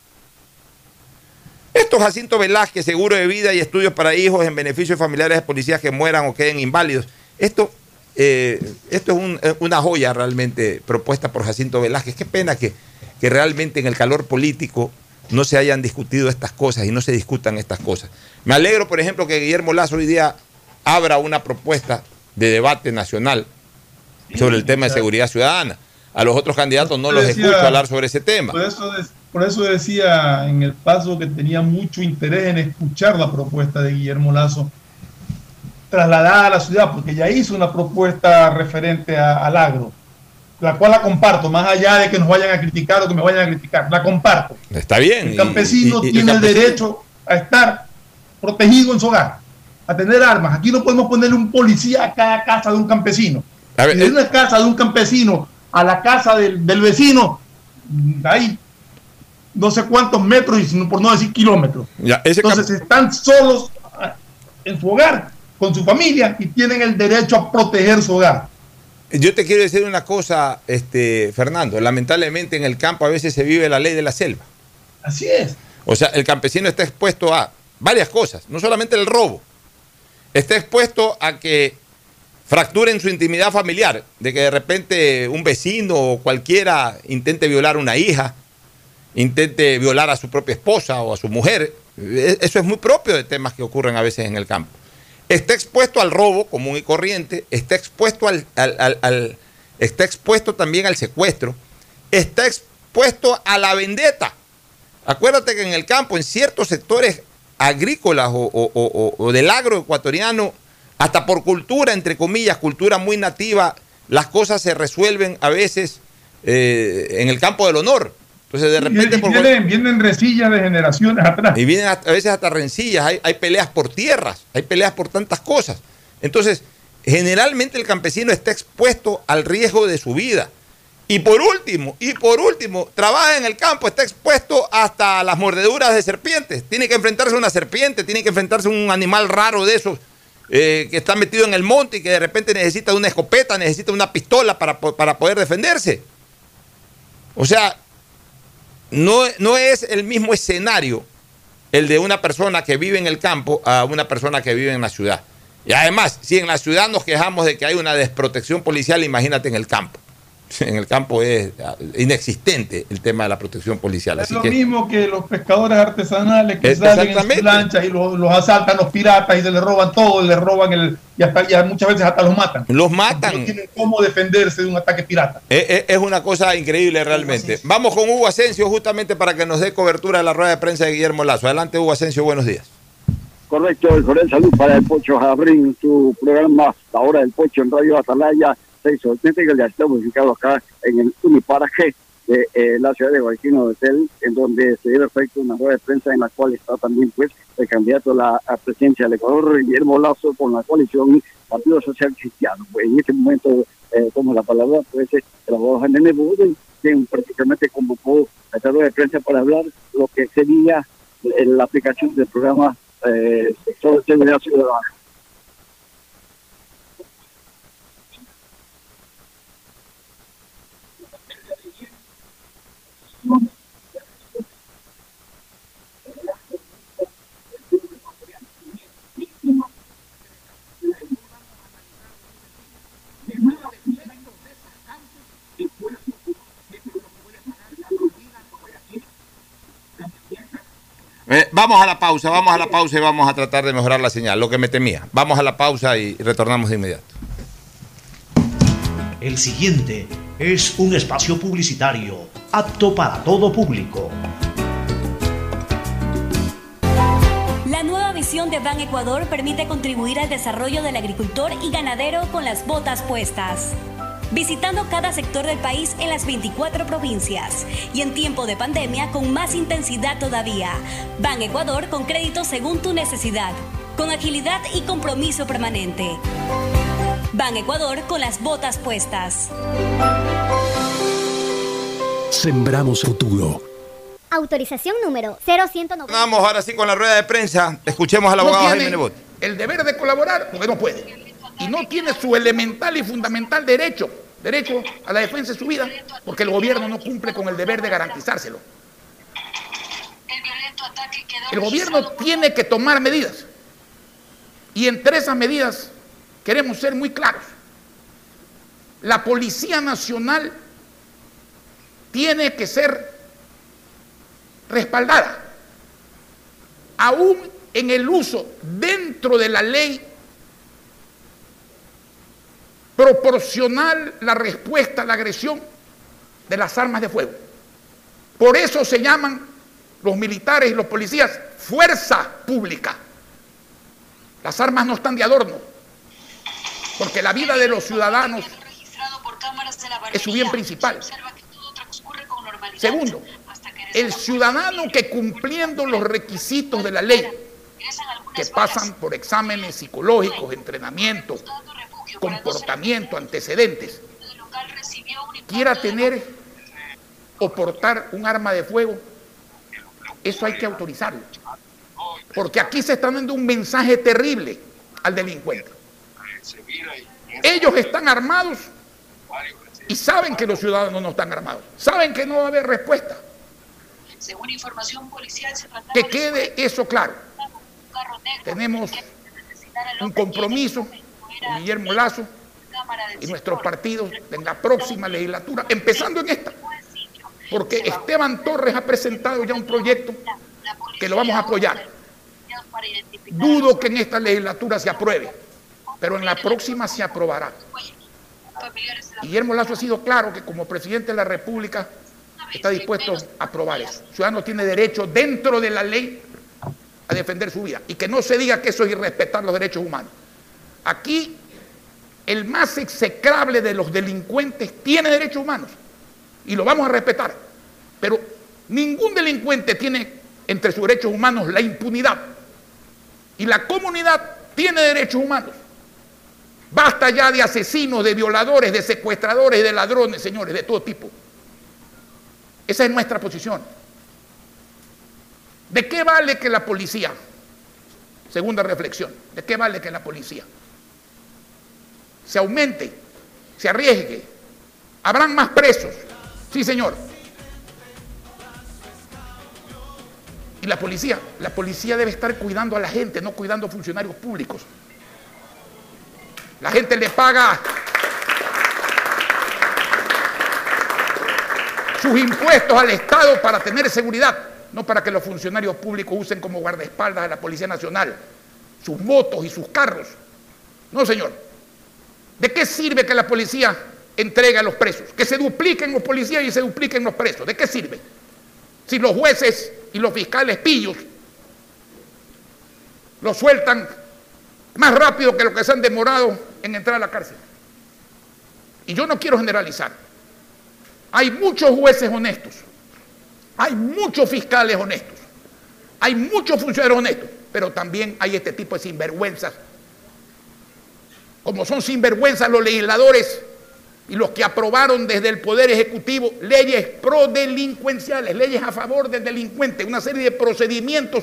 Esto, Jacinto Velázquez, seguro de vida y estudios para hijos en beneficio de familiares de policías que mueran o queden inválidos. Esto, eh, esto es un, una joya realmente propuesta por Jacinto Velázquez. Qué pena que, que realmente en el calor político no se hayan discutido estas cosas y no se discutan estas cosas. Me alegro, por ejemplo, que Guillermo Lazo hoy día abra una propuesta de debate nacional sobre el tema de seguridad ciudadana. A los otros candidatos no los escucho hablar sobre ese tema. Por eso, por eso decía en el paso que tenía mucho interés en escuchar la propuesta de Guillermo Lazo trasladada a la ciudad, porque ya hizo una propuesta referente a, al agro, la cual la comparto, más allá de que nos vayan a criticar o que me vayan a criticar, la comparto. Está bien. El campesino y, y, y tiene el, campesino... el derecho a estar protegido en su hogar, a tener armas. Aquí no podemos ponerle un policía a cada casa de un campesino. A ver, de una eh, casa de un campesino a la casa del, del vecino, hay no sé cuántos metros, y por no decir kilómetros. Ya, ese Entonces están solos en su hogar, con su familia, y tienen el derecho a proteger su hogar. Yo te quiero decir una cosa, este, Fernando. Lamentablemente en el campo a veces se vive la ley de la selva. Así es. O sea, el campesino está expuesto a varias cosas, no solamente el robo. Está expuesto a que fracturen su intimidad familiar, de que de repente un vecino o cualquiera intente violar a una hija, intente violar a su propia esposa o a su mujer. Eso es muy propio de temas que ocurren a veces en el campo. Está expuesto al robo común y corriente, está expuesto al, al, al, al está expuesto también al secuestro, está expuesto a la vendetta. Acuérdate que en el campo, en ciertos sectores agrícolas o, o, o, o del agro ecuatoriano, hasta por cultura, entre comillas, cultura muy nativa, las cosas se resuelven a veces eh, en el campo del honor. Entonces de repente... Y, y por... vienen, vienen rencillas de generaciones atrás. Y vienen a, a veces hasta rencillas, hay, hay peleas por tierras, hay peleas por tantas cosas. Entonces, generalmente el campesino está expuesto al riesgo de su vida. Y por último, y por último, trabaja en el campo, está expuesto hasta las mordeduras de serpientes. Tiene que enfrentarse a una serpiente, tiene que enfrentarse a un animal raro de esos eh, que está metido en el monte y que de repente necesita una escopeta, necesita una pistola para, para poder defenderse. O sea, no, no es el mismo escenario el de una persona que vive en el campo a una persona que vive en la ciudad. Y además, si en la ciudad nos quejamos de que hay una desprotección policial, imagínate en el campo. En el campo es inexistente el tema de la protección policial. Es Así lo que, mismo que los pescadores artesanales que es, salen en sus lanchas y los, los asaltan los piratas y se les roban todo, les roban el y hasta y muchas veces hasta los matan. Los matan. No tienen cómo defenderse de un ataque pirata. Es, es, es una cosa increíble realmente. Vamos con Hugo Asensio justamente para que nos dé cobertura de la rueda de prensa de Guillermo Lazo. Adelante, Hugo Asensio, buenos días. Correcto, el cordial salud para el Pocho Jabrín, su programa La Hora del Pocho en Radio Atalaya seis ochenta, que ya está ubicado acá en el Uniparaje de eh, la ciudad de Guayaquil, Hotel, en donde se lleva efecto una rueda de prensa en la cual está también pues el candidato a la a presidencia del Ecuador, Guillermo Lazo, con la coalición Partido Social Cristiano. Pues en este momento, eh, como la palabra, pues el abogado Jaime Buden, quien prácticamente convocó a esta rueda de prensa para hablar lo que sería eh, la aplicación del programa eh, sobre seguridad ciudadana. Eh, vamos a la pausa, vamos a la pausa y vamos a tratar de mejorar la señal, lo que me temía. Vamos a la pausa y retornamos de inmediato. El siguiente es un espacio publicitario apto para todo público. La nueva visión de Ban Ecuador permite contribuir al desarrollo del agricultor y ganadero con las botas puestas. Visitando cada sector del país en las veinticuatro provincias y en tiempo de pandemia con más intensidad todavía. Ban Ecuador con crédito según tu necesidad, con agilidad y compromiso permanente. Ban Ecuador con las botas puestas. Sembramos futuro. Autorización número cero ciento noventa. Vamos ahora sí con la rueda de prensa. Escuchemos al abogado no Jaime Nebot. El deber de colaborar, porque no puede. Y no tiene su elemental y fundamental derecho, derecho a la defensa de su vida, porque el gobierno no cumple con el deber de garantizárselo. El gobierno tiene que tomar medidas. Y entre esas medidas queremos ser muy claros. La Policía Nacional tiene que ser respaldada, aún en el uso dentro de la ley, proporcional la respuesta a la agresión de las armas de fuego. Por eso se llaman los militares y los policías fuerza pública. Las armas no están de adorno, porque la vida de los ciudadanos es su bien principal. Segundo, el ciudadano que cumpliendo los requisitos de la ley, que pasan por exámenes psicológicos, entrenamientos, comportamiento, antecedentes, quiera tener o portar un arma de fuego, eso hay que autorizarlo. Porque aquí se está dando un mensaje terrible al delincuente. Ellos están armados y saben que los ciudadanos no están armados. Saben que no va a haber respuesta. Según información policial, se trataba que quede eso claro. Tenemos un compromiso con Guillermo Lasso y nuestros partidos en la próxima legislatura, empezando en esta, porque Esteban Torres ha presentado ya un proyecto que lo vamos a apoyar. Dudo que en esta legislatura se apruebe, pero en la próxima se aprobará. Guillermo Lasso ha sido claro que como presidente de la República está dispuesto a aprobar eso. El ciudadano tiene derecho dentro de la ley a defender su vida y que no se diga que eso es irrespetar los derechos humanos. Aquí el más execrable de los delincuentes tiene derechos humanos y lo vamos a respetar, pero ningún delincuente tiene entre sus derechos humanos la impunidad y la comunidad tiene derechos humanos. Basta ya de asesinos, de violadores, de secuestradores, de ladrones, señores, de todo tipo. Esa es nuestra posición. ¿De qué vale que la policía, segunda reflexión, de qué vale que la policía se aumente, se arriesgue? Habrán más presos, sí señor. Y la policía, la policía debe estar cuidando a la gente, no cuidando a funcionarios públicos. La gente le paga sus impuestos al Estado para tener seguridad, no para que los funcionarios públicos usen como guardaespaldas a la Policía Nacional sus motos y sus carros. No, señor. ¿De qué sirve que la policía entregue a los presos? Que se dupliquen los policías y se dupliquen los presos. ¿De qué sirve? Si los jueces y los fiscales pillos los sueltan más rápido que lo que se han demorado en entrar a la cárcel. Y yo no quiero generalizar. Hay muchos jueces honestos, hay muchos fiscales honestos, hay muchos funcionarios honestos, pero también hay este tipo de sinvergüenzas. Como son sinvergüenzas los legisladores y los que aprobaron desde el Poder Ejecutivo leyes prodelincuenciales, leyes a favor del delincuente, una serie de procedimientos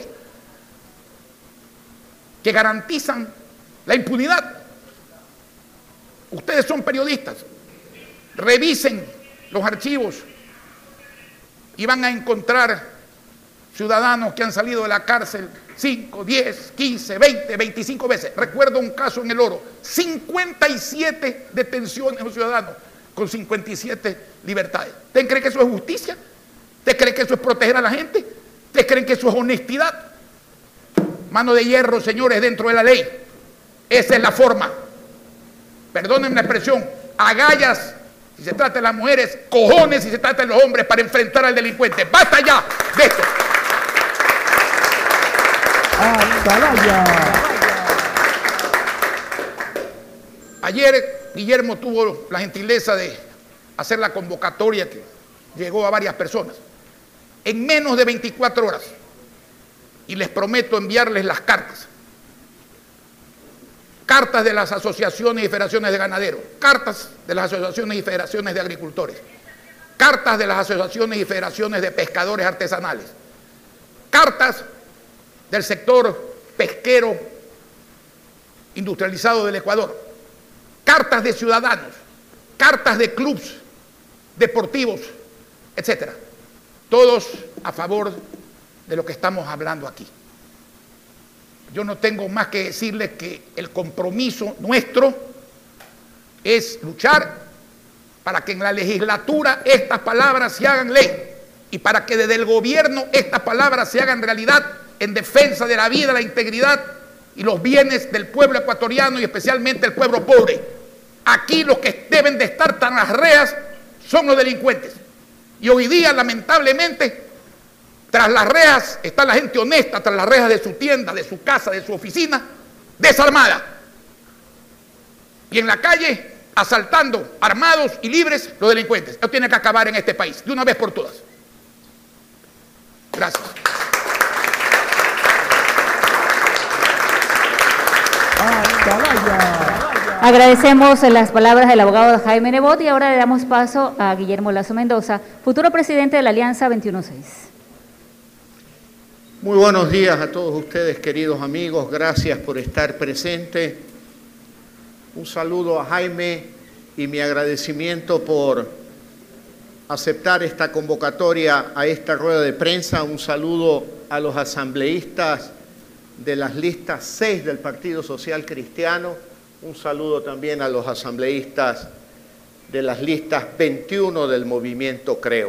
que garantizan la impunidad. Ustedes son periodistas, revisen los archivos y van a encontrar ciudadanos que han salido de la cárcel cinco, diez, quince, veinte, veinticinco veces. Recuerdo un caso en El Oro, cincuenta y siete detenciones de un ciudadano con cincuenta y siete libertades. ¿Usted cree que eso es justicia? ¿Usted cree que eso es proteger a la gente? ¿Usted cree que eso es honestidad? Mano de hierro, señores, dentro de la ley. Esa es la forma. Perdónenme la expresión, agallas si se trata de las mujeres, cojones si se trata de los hombres para enfrentar al delincuente. ¡Basta ya de esto! Atalaya. Ayer Guillermo tuvo la gentileza de hacer la convocatoria que llegó a varias personas en menos de veinticuatro horas y les prometo enviarles las cartas. Cartas de las asociaciones y federaciones de ganaderos, cartas de las asociaciones y federaciones de agricultores, cartas de las asociaciones y federaciones de pescadores artesanales, cartas del sector pesquero industrializado del Ecuador, cartas de ciudadanos, cartas de clubes deportivos, etcétera. Todos a favor de lo que estamos hablando aquí. Yo no tengo más que decirles que el compromiso nuestro es luchar para que en la legislatura estas palabras se hagan ley y para que desde el gobierno estas palabras se hagan realidad en defensa de la vida, la integridad y los bienes del pueblo ecuatoriano y especialmente el pueblo pobre. Aquí los que deben de estar tan las reas son los delincuentes. Y hoy día, lamentablemente, tras las rejas está la gente honesta, tras las rejas de su tienda, de su casa, de su oficina, desarmada. Y en la calle, asaltando, armados y libres, los delincuentes. Eso tiene que acabar en este país, de una vez por todas. Gracias. Atalaya. Agradecemos las palabras del abogado Jaime Nebot y ahora le damos paso a Guillermo Lazo Mendoza, futuro presidente de la Alianza veintiuno seis. Muy buenos días a todos ustedes, queridos amigos. Gracias por estar presentes. Un saludo a Jaime y mi agradecimiento por aceptar esta convocatoria a esta rueda de prensa. Un saludo a los asambleístas de las listas seis del Partido Social Cristiano. Un saludo también a los asambleístas de las listas veintiuno del movimiento Creo.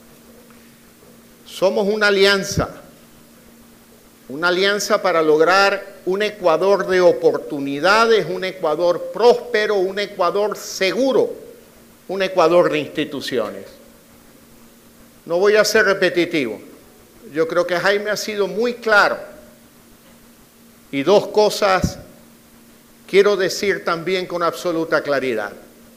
Somos una alianza, una alianza para lograr un Ecuador de oportunidades, un Ecuador próspero, un Ecuador seguro, un Ecuador de instituciones. No voy a ser repetitivo. Yo creo que Jaime ha sido muy claro. Y dos cosas quiero decir también con absoluta claridad.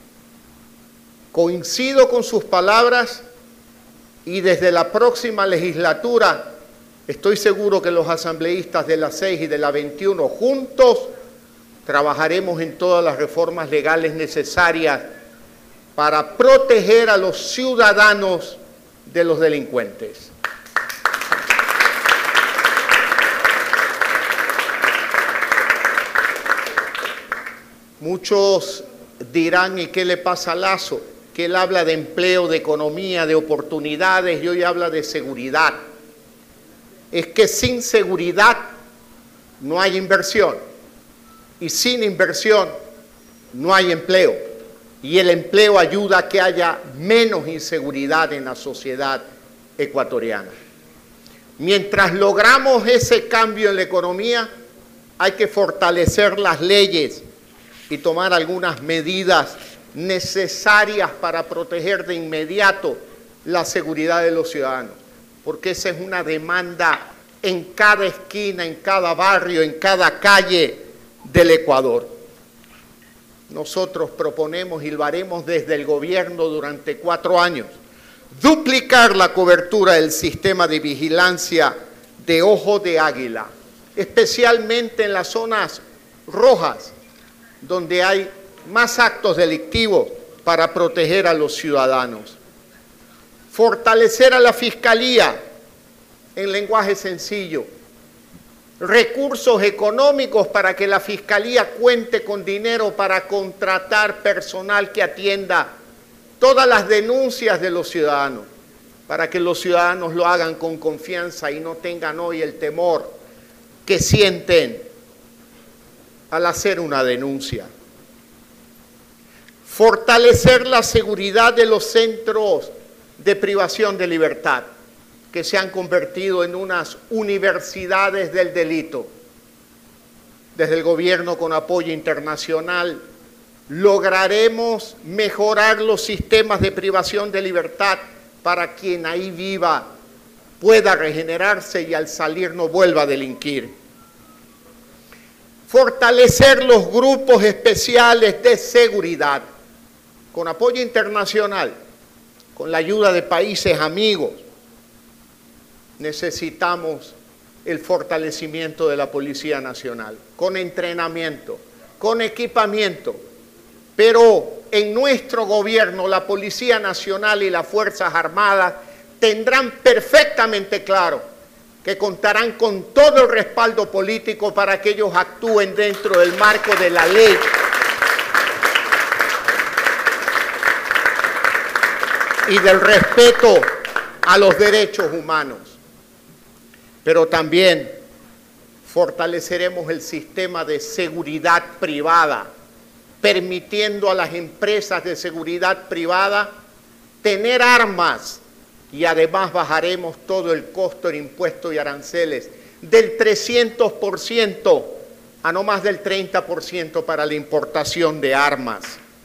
Coincido con sus palabras y desde la próxima legislatura estoy seguro que los asambleístas de la seis y de la veintiuno juntos trabajaremos en todas las reformas legales necesarias para proteger a los ciudadanos de los delincuentes. Muchos dirán, ¿y qué le pasa a Lazo? Que él habla de empleo, de economía, de oportunidades y hoy habla de seguridad. Es que sin seguridad no hay inversión y sin inversión no hay empleo. Y el empleo ayuda a que haya menos inseguridad en la sociedad ecuatoriana. Mientras logramos ese cambio en la economía, hay que fortalecer las leyes y tomar algunas medidas necesarias para proteger de inmediato la seguridad de los ciudadanos, porque esa es una demanda en cada esquina, en cada barrio, en cada calle del Ecuador. Nosotros proponemos y lo haremos desde el gobierno durante cuatro años, duplicar la cobertura del sistema de vigilancia de Ojo de Águila, especialmente en las zonas rojas, donde hay más actos delictivos para proteger a los ciudadanos. Fortalecer a la Fiscalía en lenguaje sencillo. Recursos económicos para que la Fiscalía cuente con dinero para contratar personal que atienda todas las denuncias de los ciudadanos, para que los ciudadanos lo hagan con confianza y no tengan hoy el temor que sienten al hacer una denuncia. Fortalecer la seguridad de los centros de privación de libertad, que se han convertido en unas universidades del delito. Desde el gobierno, con apoyo internacional, lograremos mejorar los sistemas de privación de libertad para quien ahí viva pueda regenerarse y al salir no vuelva a delinquir. Fortalecer los grupos especiales de seguridad, con apoyo internacional, con la ayuda de países amigos. Necesitamos el fortalecimiento de la Policía Nacional, con entrenamiento, con equipamiento. Pero en nuestro gobierno, la Policía Nacional y las Fuerzas Armadas tendrán perfectamente claro que contarán con todo el respaldo político para que ellos actúen dentro del marco de la ley. Y del respeto a los derechos humanos. Pero también fortaleceremos el sistema de seguridad privada, permitiendo a las empresas de seguridad privada tener armas y además bajaremos todo el costo en impuestos y aranceles del trescientos por ciento a no más del treinta por ciento para la importación de armas.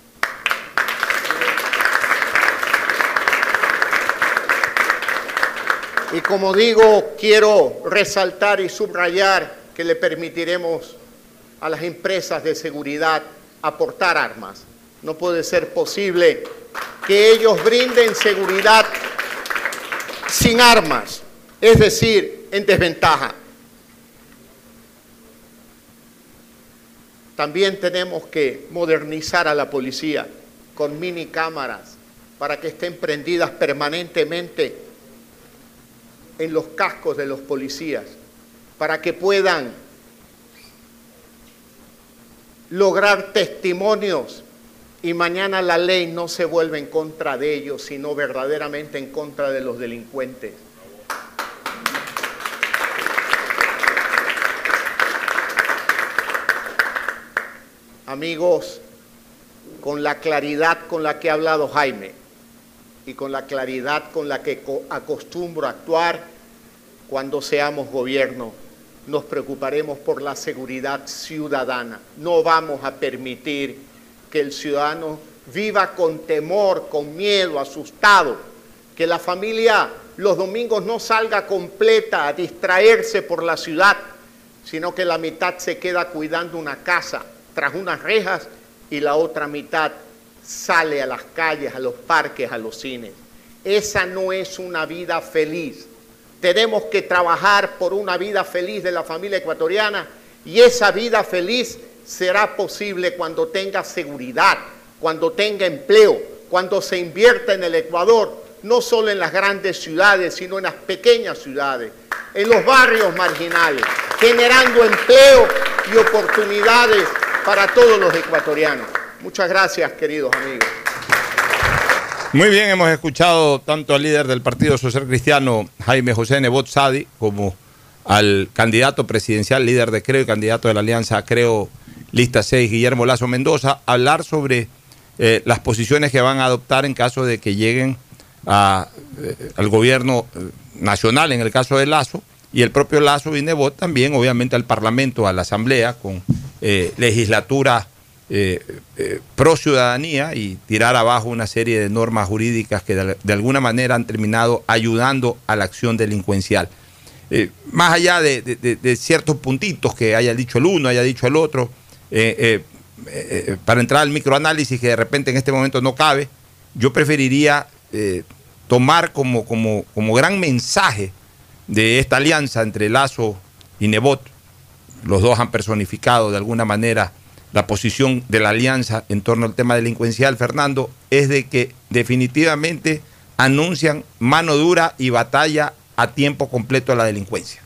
Y como digo, quiero resaltar y subrayar que le permitiremos a las empresas de seguridad aportar armas. No puede ser posible que ellos brinden seguridad sin armas, es decir, en desventaja. También tenemos que modernizar a la policía con mini cámaras para que estén prendidas permanentemente en los cascos de los policías, para que puedan lograr testimonios y mañana la ley no se vuelve en contra de ellos, sino verdaderamente en contra de los delincuentes. Amigos, con la claridad con la que ha hablado Jaime y con la claridad con la que acostumbro a actuar cuando seamos gobierno, nos preocuparemos por la seguridad ciudadana. No vamos a permitir que el ciudadano viva con temor, con miedo, asustado, que la familia los domingos no salga completa a distraerse por la ciudad, sino que la mitad se queda cuidando una casa tras unas rejas y la otra mitad sale a las calles, a los parques, a los cines. Esa no es una vida feliz. Tenemos que trabajar por una vida feliz de la familia ecuatoriana y esa vida feliz será posible cuando tenga seguridad, cuando tenga empleo, cuando se invierta en el Ecuador, no solo en las grandes ciudades, sino en las pequeñas ciudades, en los barrios marginales, generando empleo y oportunidades para todos los ecuatorianos. Muchas gracias, queridos amigos. Muy bien, hemos escuchado tanto al líder del Partido Social Cristiano, Jaime José Nebot Sadi, como al candidato presidencial, líder de Creo y candidato de la Alianza Creo Lista seis, Guillermo Lasso Mendoza, hablar sobre eh, las posiciones que van a adoptar en caso de que lleguen a, eh, al gobierno nacional, en el caso de Lasso, y el propio Lasso y Nebot también, obviamente, al Parlamento, a la Asamblea, con eh, legislatura eh, eh, pro ciudadanía y tirar abajo una serie de normas jurídicas que de, de alguna manera han terminado ayudando a la acción delincuencial. Eh, más allá de, de, de ciertos puntitos que haya dicho el uno, haya dicho el otro, eh, eh, eh, para entrar al microanálisis que de repente en este momento no cabe, yo preferiría eh, tomar como, como, como gran mensaje de esta alianza entre Lasso y Nebot. Los dos han personificado de alguna manera la posición de la alianza en torno al tema delincuencial, Fernando, es de que definitivamente anuncian mano dura y batalla a tiempo completo a la delincuencia.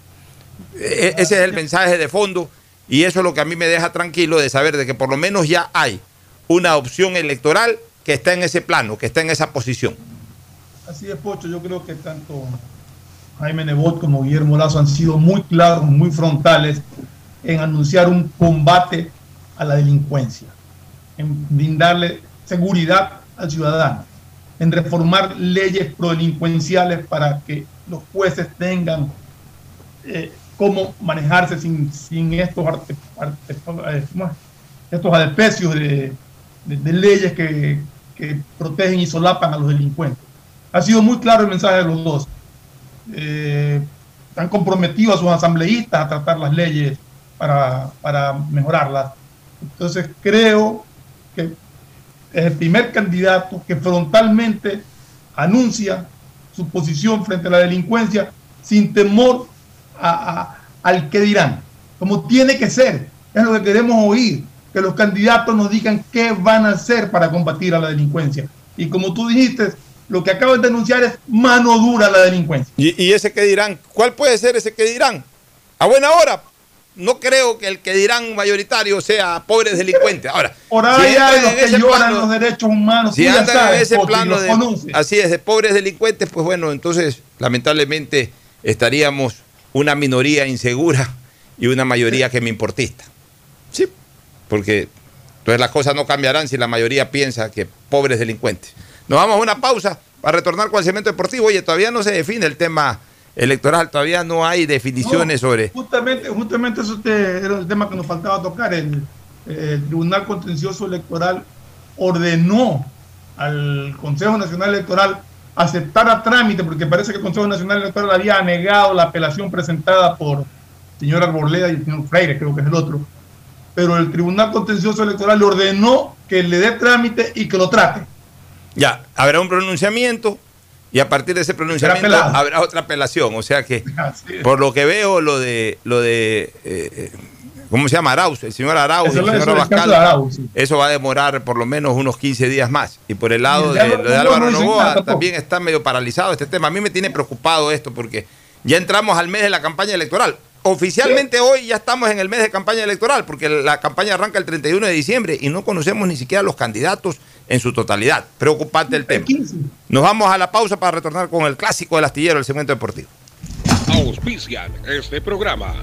E- ese es el mensaje de fondo y eso es lo que a mí me deja tranquilo de saber de que por lo menos ya hay una opción electoral que está en ese plano, que está en esa posición. Así es, Pocho, yo creo que tanto Jaime Nebot como Guillermo Lasso han sido muy claros, muy frontales en anunciar un combate a la delincuencia, en brindarle seguridad al ciudadano, en reformar leyes prodelincuenciales para que los jueces tengan eh, cómo manejarse sin, sin estos, arte, arte, estos adespecios de, de, de leyes que, que protegen y solapan a los delincuentes. Ha sido muy claro el mensaje de los dos. Eh, han comprometido a sus asambleístas a tratar las leyes para, para mejorarlas. Entonces creo que es el primer candidato que frontalmente anuncia su posición frente a la delincuencia sin temor a, a, al que dirán, como tiene que ser. Es lo que queremos oír, que los candidatos nos digan qué van a hacer para combatir a la delincuencia. Y como tú dijiste, lo que acabas de denunciar es mano dura a la delincuencia. ¿Y, y ese que dirán? ¿Cuál puede ser ese que dirán? A buena hora. No creo que el que dirán mayoritario sea pobres delincuentes. Ahora, por ahí si hay los que lloran plano, los derechos humanos. Si andan sabes, en ese plano de, así es, de pobres delincuentes, pues bueno, entonces lamentablemente estaríamos una minoría insegura y una mayoría que me importista. Sí, porque entonces las cosas no cambiarán si la mayoría piensa que pobres delincuentes. Nos vamos a una pausa para retornar con el segmento deportivo. Oye, todavía no se define el tema electoral, todavía no hay definiciones no, sobre... Justamente, justamente eso te, era el tema que nos faltaba tocar. El, el Tribunal Contencioso Electoral ordenó al Consejo Nacional Electoral aceptar a trámite, porque parece que el Consejo Nacional Electoral había negado la apelación presentada por el señor Arboleda y el señor Freire, creo que es el otro, pero el Tribunal Contencioso Electoral le ordenó que le dé trámite y que lo trate. Ya, habrá un pronunciamiento y a partir de ese pronunciamiento habrá otra apelación. O sea que, por lo que veo, lo de lo de eh, ¿Cómo se llama? Arauz, el señor Arauz, Eso, el señor eso, Abascal. de Arauz, sí. Eso va a demorar por lo menos unos quince días más. Y por el lado de, Álvaro, de Álvaro no, no, Noboa no, también está medio paralizado este tema. A mí me tiene preocupado esto porque ya entramos al mes de la campaña electoral. Oficialmente hoy ya estamos en el mes de campaña electoral porque la campaña arranca el treinta y uno de diciembre y no conocemos ni siquiera los candidatos en su totalidad. Preocupante el tema. Nos vamos a la pausa para retornar con el clásico del astillero, el segmento deportivo. Auspician este programa.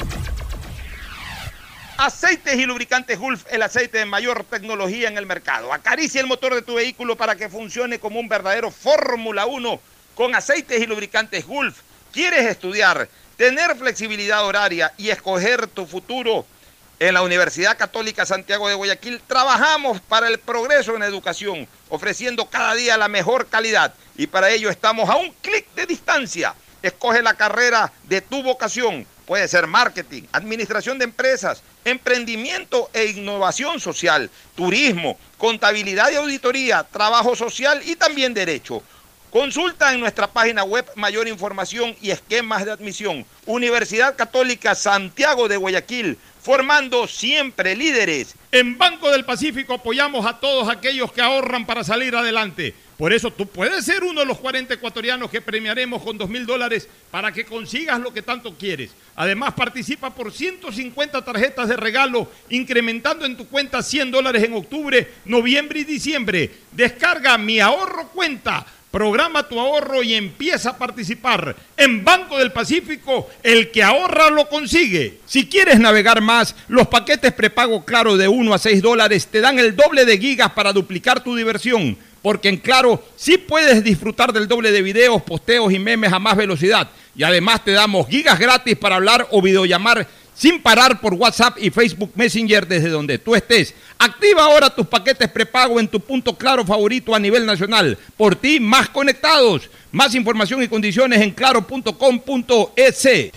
Aceites y lubricantes Gulf, el aceite de mayor tecnología en el mercado. Acaricia el motor de tu vehículo para que funcione como un verdadero Fórmula uno con aceites y lubricantes Gulf. ¿Quieres estudiar, tener flexibilidad horaria y escoger tu futuro? En la Universidad Católica Santiago de Guayaquil trabajamos para el progreso en educación, ofreciendo cada día la mejor calidad. Y para ello estamos a un clic de distancia. Escoge la carrera de tu vocación. Puede ser marketing, administración de empresas, emprendimiento e innovación social, turismo, contabilidad y auditoría, trabajo social y también derecho. Consulta en nuestra página web mayor información y esquemas de admisión. Universidad Católica Santiago de Guayaquil, formando siempre líderes. En Banco del Pacífico apoyamos a todos aquellos que ahorran para salir adelante. Por eso tú puedes ser uno de los cuarenta ecuatorianos que premiaremos con dos mil dólares para que consigas lo que tanto quieres. Además, participa por ciento cincuenta tarjetas de regalo, incrementando en tu cuenta cien dólares en octubre, noviembre y diciembre. Descarga Mi Ahorro Cuenta. Programa tu ahorro y empieza a participar. En Banco del Pacífico, el que ahorra lo consigue. Si quieres navegar más, los paquetes prepago Claro de uno a seis dólares te dan el doble de gigas para duplicar tu diversión. Porque en Claro sí puedes disfrutar del doble de videos, posteos y memes a más velocidad. Y además te damos gigas gratis para hablar o videollamar sin parar por WhatsApp y Facebook Messenger desde donde tú estés. Activa ahora tus paquetes prepago en tu punto Claro favorito a nivel nacional. Por ti, más conectados. Más información y condiciones en claro punto com punto es.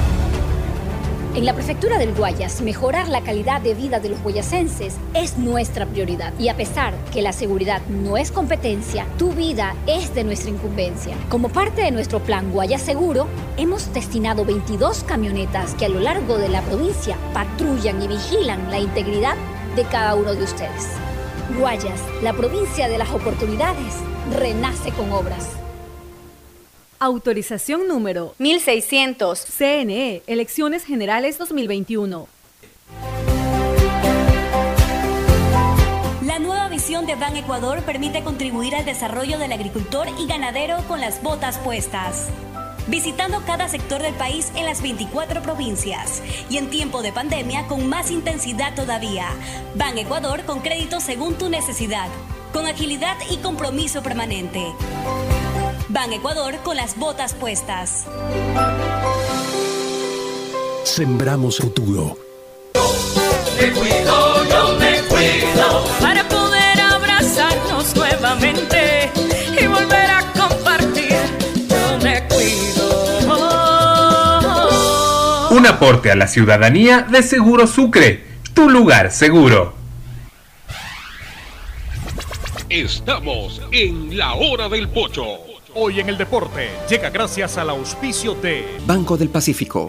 En la Prefectura del Guayas, mejorar la calidad de vida de los guayasenses es nuestra prioridad. Y a pesar que la seguridad no es competencia, tu vida es de nuestra incumbencia. Como parte de nuestro plan Guayas Seguro, hemos destinado veintidós camionetas que a lo largo de la provincia patrullan y vigilan la integridad de cada uno de ustedes. Guayas, la provincia de las oportunidades, renace con obras. Autorización número mil seiscientos. C N E, Elecciones Generales dos mil veintiuno. La nueva visión de Ban Ecuador permite contribuir al desarrollo del agricultor y ganadero con las botas puestas. Visitando cada sector del país en las veinticuatro provincias y en tiempo de pandemia con más intensidad todavía. Ban Ecuador con crédito según tu necesidad, con agilidad y compromiso permanente. Ban Ecuador con las botas puestas. Sembramos futuro. Me cuido, yo me cuido. Para poder abrazarnos nuevamente y volver a compartir. Yo me cuido. Un aporte a la ciudadanía de Seguro Sucre, tu lugar seguro. Estamos en la hora del pocho. Hoy en el deporte llega gracias al auspicio de Banco del Pacífico.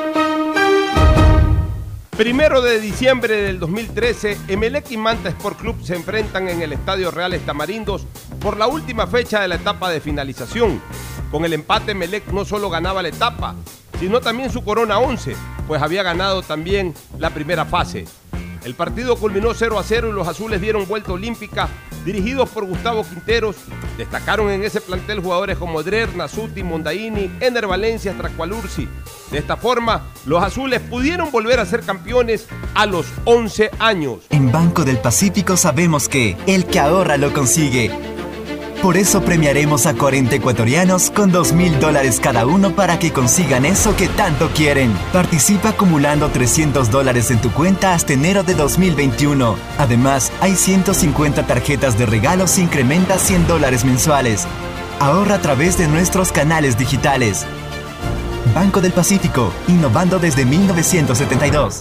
Primero de diciembre del dos mil trece, Emelec y Manta Sport Club se enfrentan en el Estadio Reales Tamarindos por la última fecha de la etapa de finalización. Con el empate, Emelec no solo ganaba la etapa, sino también su corona once, pues había ganado también la primera fase. El partido culminó cero a cero y los azules dieron vuelta olímpica, dirigidos por Gustavo Quinteros. Destacaron en ese plantel jugadores como Drer, Nasuti, Mondaini, Ener Valencia, Tracualursi. De esta forma, los azules pudieron volver a ser campeones a los once años. En Banco del Pacífico sabemos que el que ahorra lo consigue. Por eso premiaremos a cuarenta ecuatorianos con dos mil dólares cada uno para que consigan eso que tanto quieren. Participa acumulando trescientos dólares en tu cuenta hasta enero de dos mil veintiuno. Además, hay ciento cincuenta tarjetas de regalos e incrementa cien dólares mensuales. Ahorra a través de nuestros canales digitales. Banco del Pacífico, innovando desde mil novecientos setenta y dos.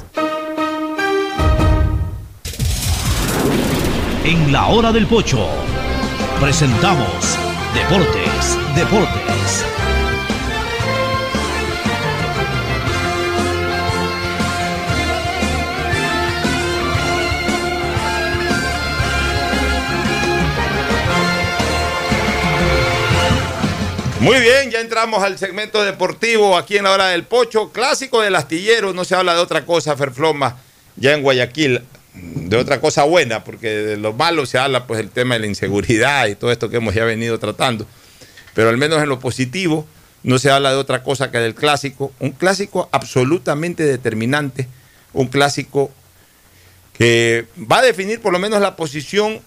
En la hora del pocho presentamos Deportes, Deportes. Muy bien, ya entramos al segmento deportivo aquí en la hora del Pocho. Clásico del Astillero, no se habla de otra cosa, Ferfloma, ya en Guayaquil, de otra cosa buena, porque de lo malo se habla pues el tema de la inseguridad y todo esto que hemos ya venido tratando. Pero al menos en lo positivo no se habla de otra cosa que del clásico. Un clásico absolutamente determinante, un clásico que va a definir por lo menos la posición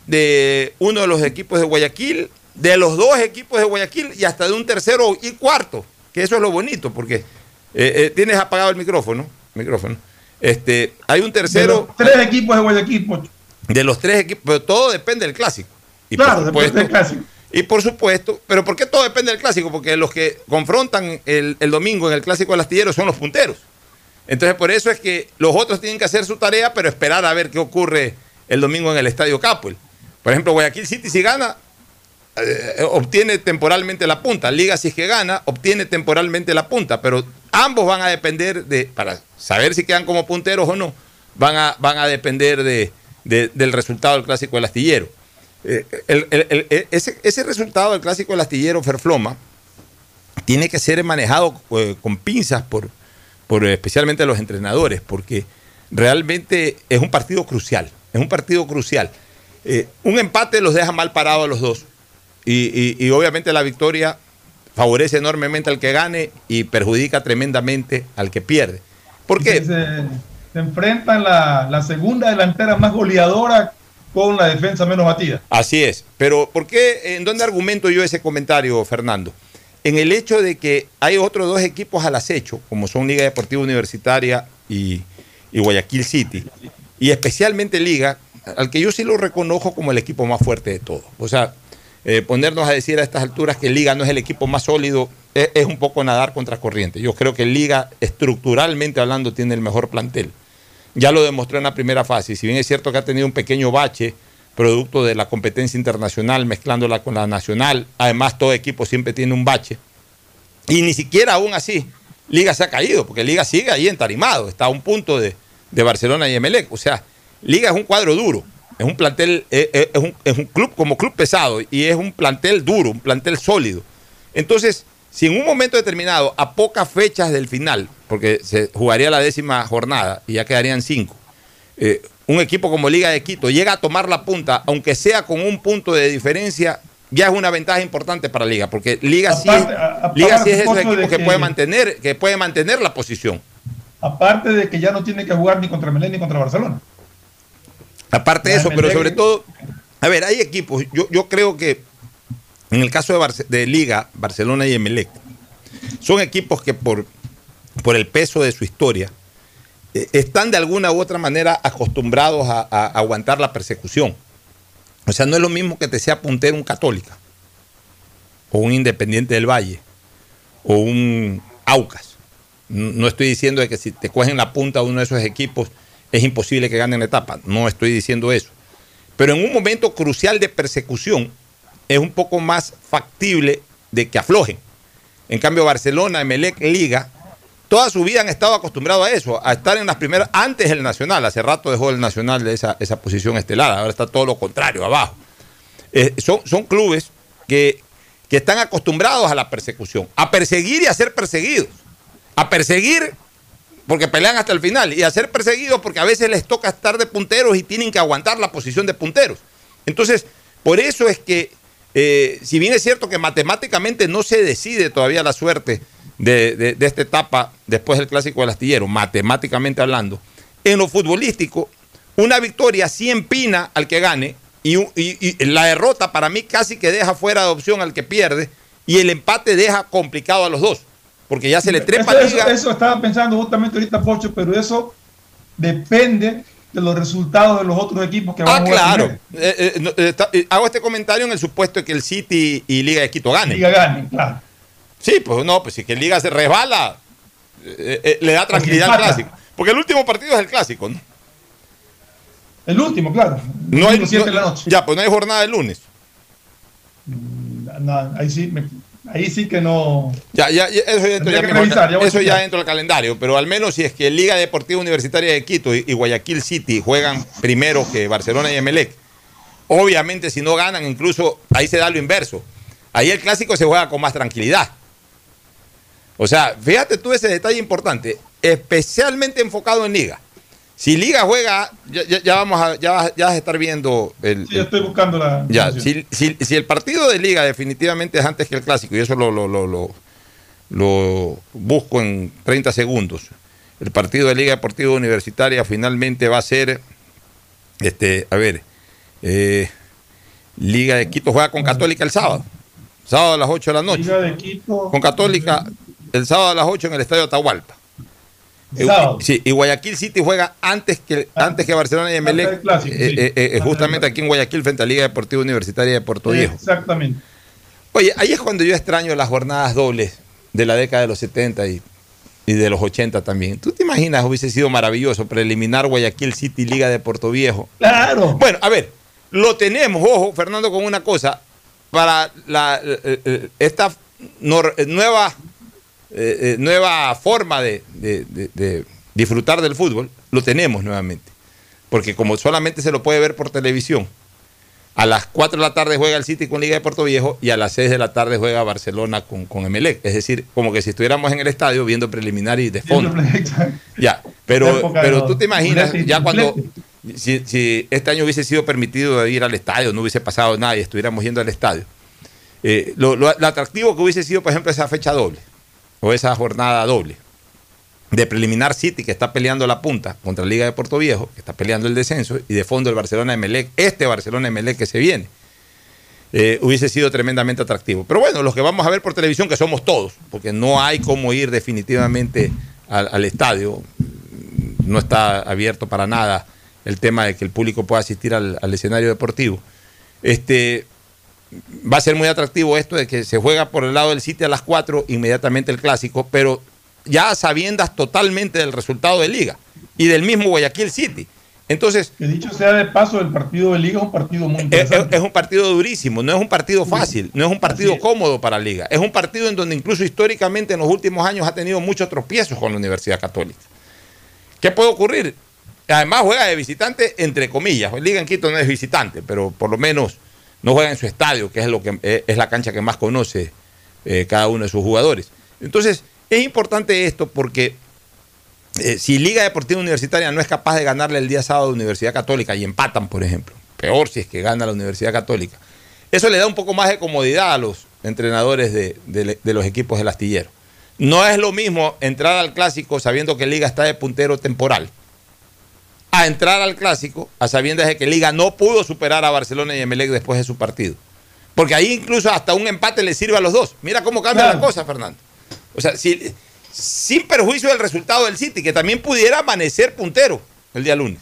de uno de los equipos de Guayaquil, de los dos equipos de Guayaquil y hasta de un tercero y cuarto, que eso es lo bonito, porque eh, eh, tienes apagado el micrófono, micrófono. Este, hay un tercero. De los tres equipos de Guayaquil, Pocho. De los tres equipos, pero todo depende del clásico. Y claro, por supuesto, depende del clásico. Y por supuesto, pero ¿por qué todo depende del clásico? Porque los que confrontan el, el domingo en el clásico del Astillero son los punteros. Entonces por eso es que los otros tienen que hacer su tarea, pero esperar a ver qué ocurre el domingo en el Estadio Capuel. Por ejemplo, Guayaquil City si gana, eh, obtiene temporalmente la punta. Liga si es que gana, obtiene temporalmente la punta. Pero ambos van a depender de, para saber si quedan como punteros o no, van a, van a depender de, de, del resultado del Clásico del Astillero. Eh, el, el, el, el, ese, ese resultado del Clásico del Astillero, Ferfloma, tiene que ser manejado eh, con pinzas por, por especialmente los entrenadores, porque realmente es un partido crucial. Es un partido crucial. Eh, un empate los deja mal parados a los dos. Y, y, y obviamente la victoria favorece enormemente al que gane y perjudica tremendamente al que pierde. ¿Por qué? Se, se enfrentan la, la segunda delantera más goleadora con la defensa menos batida. Así es. Pero ¿por qué? ¿En dónde argumento yo ese comentario, Fernando? En el hecho de que hay otros dos equipos al acecho, como son Liga Deportiva Universitaria y, y Guayaquil City, y especialmente Liga, al que yo sí lo reconozco como el equipo más fuerte de todos. O sea, eh, ponernos a decir a estas alturas que Liga no es el equipo más sólido es, es un poco nadar contra corriente. Yo creo que Liga, estructuralmente hablando, tiene el mejor plantel. Ya lo demostró en la primera fase. Si bien es cierto que ha tenido un pequeño bache, producto de la competencia internacional, mezclándola con la nacional, además todo equipo siempre tiene un bache. Y ni siquiera aún así, Liga se ha caído, porque Liga sigue ahí entarimado, está a un punto de, de Barcelona y Emelec. O sea, Liga es un cuadro duro, es un plantel, es, es, un, es un club como club pesado y es un plantel duro, un plantel sólido. Entonces, si en un momento determinado, a pocas fechas del final, porque se jugaría la décima jornada y ya quedarían cinco, eh, un equipo como Liga de Quito llega a tomar la punta, aunque sea con un punto de diferencia, ya es una ventaja importante para Liga, porque Liga aparte, sí es, a, a, Liga sí es esos equipos que, que puede mantener, que puede mantener la posición. Aparte de que ya no tiene que jugar ni contra Melén ni contra Barcelona. Aparte de eso, pero sobre todo, a ver, hay equipos, yo, yo creo que en el caso de, Barce- de Liga, Barcelona y Emelec, son equipos que por, por el peso de su historia, eh, están de alguna u otra manera acostumbrados a, a, a aguantar la persecución. O sea, no es lo mismo que te sea puntero un Católica, o un Independiente del Valle, o un Aucas. No estoy diciendo de que si te cogen la punta de uno de esos equipos es imposible que ganen la etapa. No estoy diciendo eso. Pero en un momento crucial de persecución es un poco más factible de que aflojen. En cambio, Barcelona, Emelec, Liga, toda su vida han estado acostumbrados a eso, a estar en las primeras, antes del Nacional. Hace rato dejó el Nacional de esa, esa posición estelar. Ahora está todo lo contrario, abajo. Eh, son, son clubes que, que están acostumbrados a la persecución, a perseguir y a ser perseguidos. A perseguir porque pelean hasta el final y a ser perseguidos porque a veces les toca estar de punteros y tienen que aguantar la posición de punteros. Entonces, por eso es que, eh, si bien es cierto que matemáticamente no se decide todavía la suerte de, de, de esta etapa después del Clásico del Astillero, matemáticamente hablando, en lo futbolístico, una victoria sí empina al que gane y, y, y la derrota para mí casi que deja fuera de opción al que pierde y el empate deja complicado a los dos. Porque ya se le trepa eso, Liga. Eso, eso estaba pensando justamente ahorita, Pocho, pero eso depende de los resultados de los otros equipos que van ah, a jugar. Claro. Eh, eh, eh, eh, hago este comentario en el supuesto de que el City y Liga de Quito ganen. Liga ganen, claro. Sí, pues no, pues si que Liga se resbala, eh, eh, le da tranquilidad al clásico. Porque el último partido es el clásico, ¿no? El último, claro. No hay, siete no, de la noche. Ya, pues no hay jornada el lunes. No, ahí sí me... Ahí sí que no. Ya, ya, ya eso ya, entra, ya, revisar, ya, eso ya dentro del calendario, pero al menos si es que Liga Deportiva Universitaria de Quito y, y Guayaquil City juegan primero que Barcelona y Emelec, obviamente si no ganan, incluso ahí se da lo inverso. Ahí el clásico se juega con más tranquilidad. O sea, fíjate tú ese detalle importante, especialmente enfocado en Liga. Si Liga juega, ya, ya, ya vamos a, ya, ya vas a estar viendo el. Sí, ya estoy buscando la. Ya, si, si, si el partido de Liga definitivamente es antes que el clásico, y eso lo, lo, lo, lo, lo busco en treinta segundos. El partido de Liga Deportiva Universitaria finalmente va a ser, este, a ver, eh, Liga de Quito juega con Católica el sábado, sábado a las ocho de la noche. Liga de Quito. Con Católica el sábado a las ocho en el Estadio Atahualpa. Eh, sí, y Guayaquil City juega antes que, antes que Barcelona y Emelec, clásico, sí. eh, eh, eh, justamente aquí en Guayaquil frente a Liga Deportiva Universitaria de Puerto Viejo. Exactamente. Oye, ahí es cuando yo extraño las jornadas dobles de la década de los setenta y, y de los ochenta también. ¿Tú te imaginas? Hubiese sido maravilloso preliminar Guayaquil City Liga de Puerto Viejo. Claro. Bueno, a ver, lo tenemos, ojo, Fernando, con una cosa, para la, esta nueva... Eh, eh, nueva forma de, de, de, de disfrutar del fútbol, lo tenemos nuevamente. Porque como solamente se lo puede ver por televisión, a las cuatro de la tarde juega el City con Liga de Puerto Viejo y a las seis de la tarde juega Barcelona con, con Emelec. Es decir, como que si estuviéramos en el estadio viendo preliminar y de fondo. Ya, pero, pero tú te imaginas, ya cuando, si, si este año hubiese sido permitido ir al estadio, no hubiese pasado nada y estuviéramos yendo al estadio, eh, lo, lo, lo atractivo que hubiese sido, por ejemplo, esa fecha doble o esa jornada doble de preliminar City, que está peleando la punta contra la Liga de Puerto Viejo, que está peleando el descenso, y de fondo el Barcelona Emelec, este Barcelona Emelec que se viene, eh, hubiese sido tremendamente atractivo. Pero bueno, los que vamos a ver por televisión, que somos todos, porque no hay cómo ir definitivamente al, al estadio, no está abierto para nada el tema de que el público pueda asistir al, al escenario deportivo. Este... Va a ser muy atractivo esto de que se juega por el lado del City a las cuatro, inmediatamente el clásico, pero ya a sabiendas totalmente del resultado de Liga y del mismo Guayaquil City. Entonces, que dicho sea de paso, el partido de Liga es un partido muy interesante. Es, es un partido durísimo, no es un partido fácil, no es un partido cómodo para Liga. Es un partido en donde incluso históricamente en los últimos años ha tenido muchos tropiezos con la Universidad Católica. ¿Qué puede ocurrir? Además juega de visitante, entre comillas. Liga en Quito no es visitante, pero por lo menos no juega en su estadio, que es lo que es la cancha que más conoce eh, cada uno de sus jugadores. Entonces, es importante esto porque eh, si Liga Deportiva Universitaria no es capaz de ganarle el día sábado a la Universidad Católica y empatan, por ejemplo, peor si es que gana la Universidad Católica, eso le da un poco más de comodidad a los entrenadores de, de, de los equipos del astillero. No es lo mismo entrar al clásico sabiendo que Liga está de puntero temporal, a entrar al clásico a sabiendas de que Liga no pudo superar a Barcelona y Emelec después de su partido. Porque ahí incluso hasta un empate le sirve a los dos. Mira cómo cambia claro. la cosa, Fernando. O sea, si, sin perjuicio del resultado del City, que también pudiera amanecer puntero el día lunes.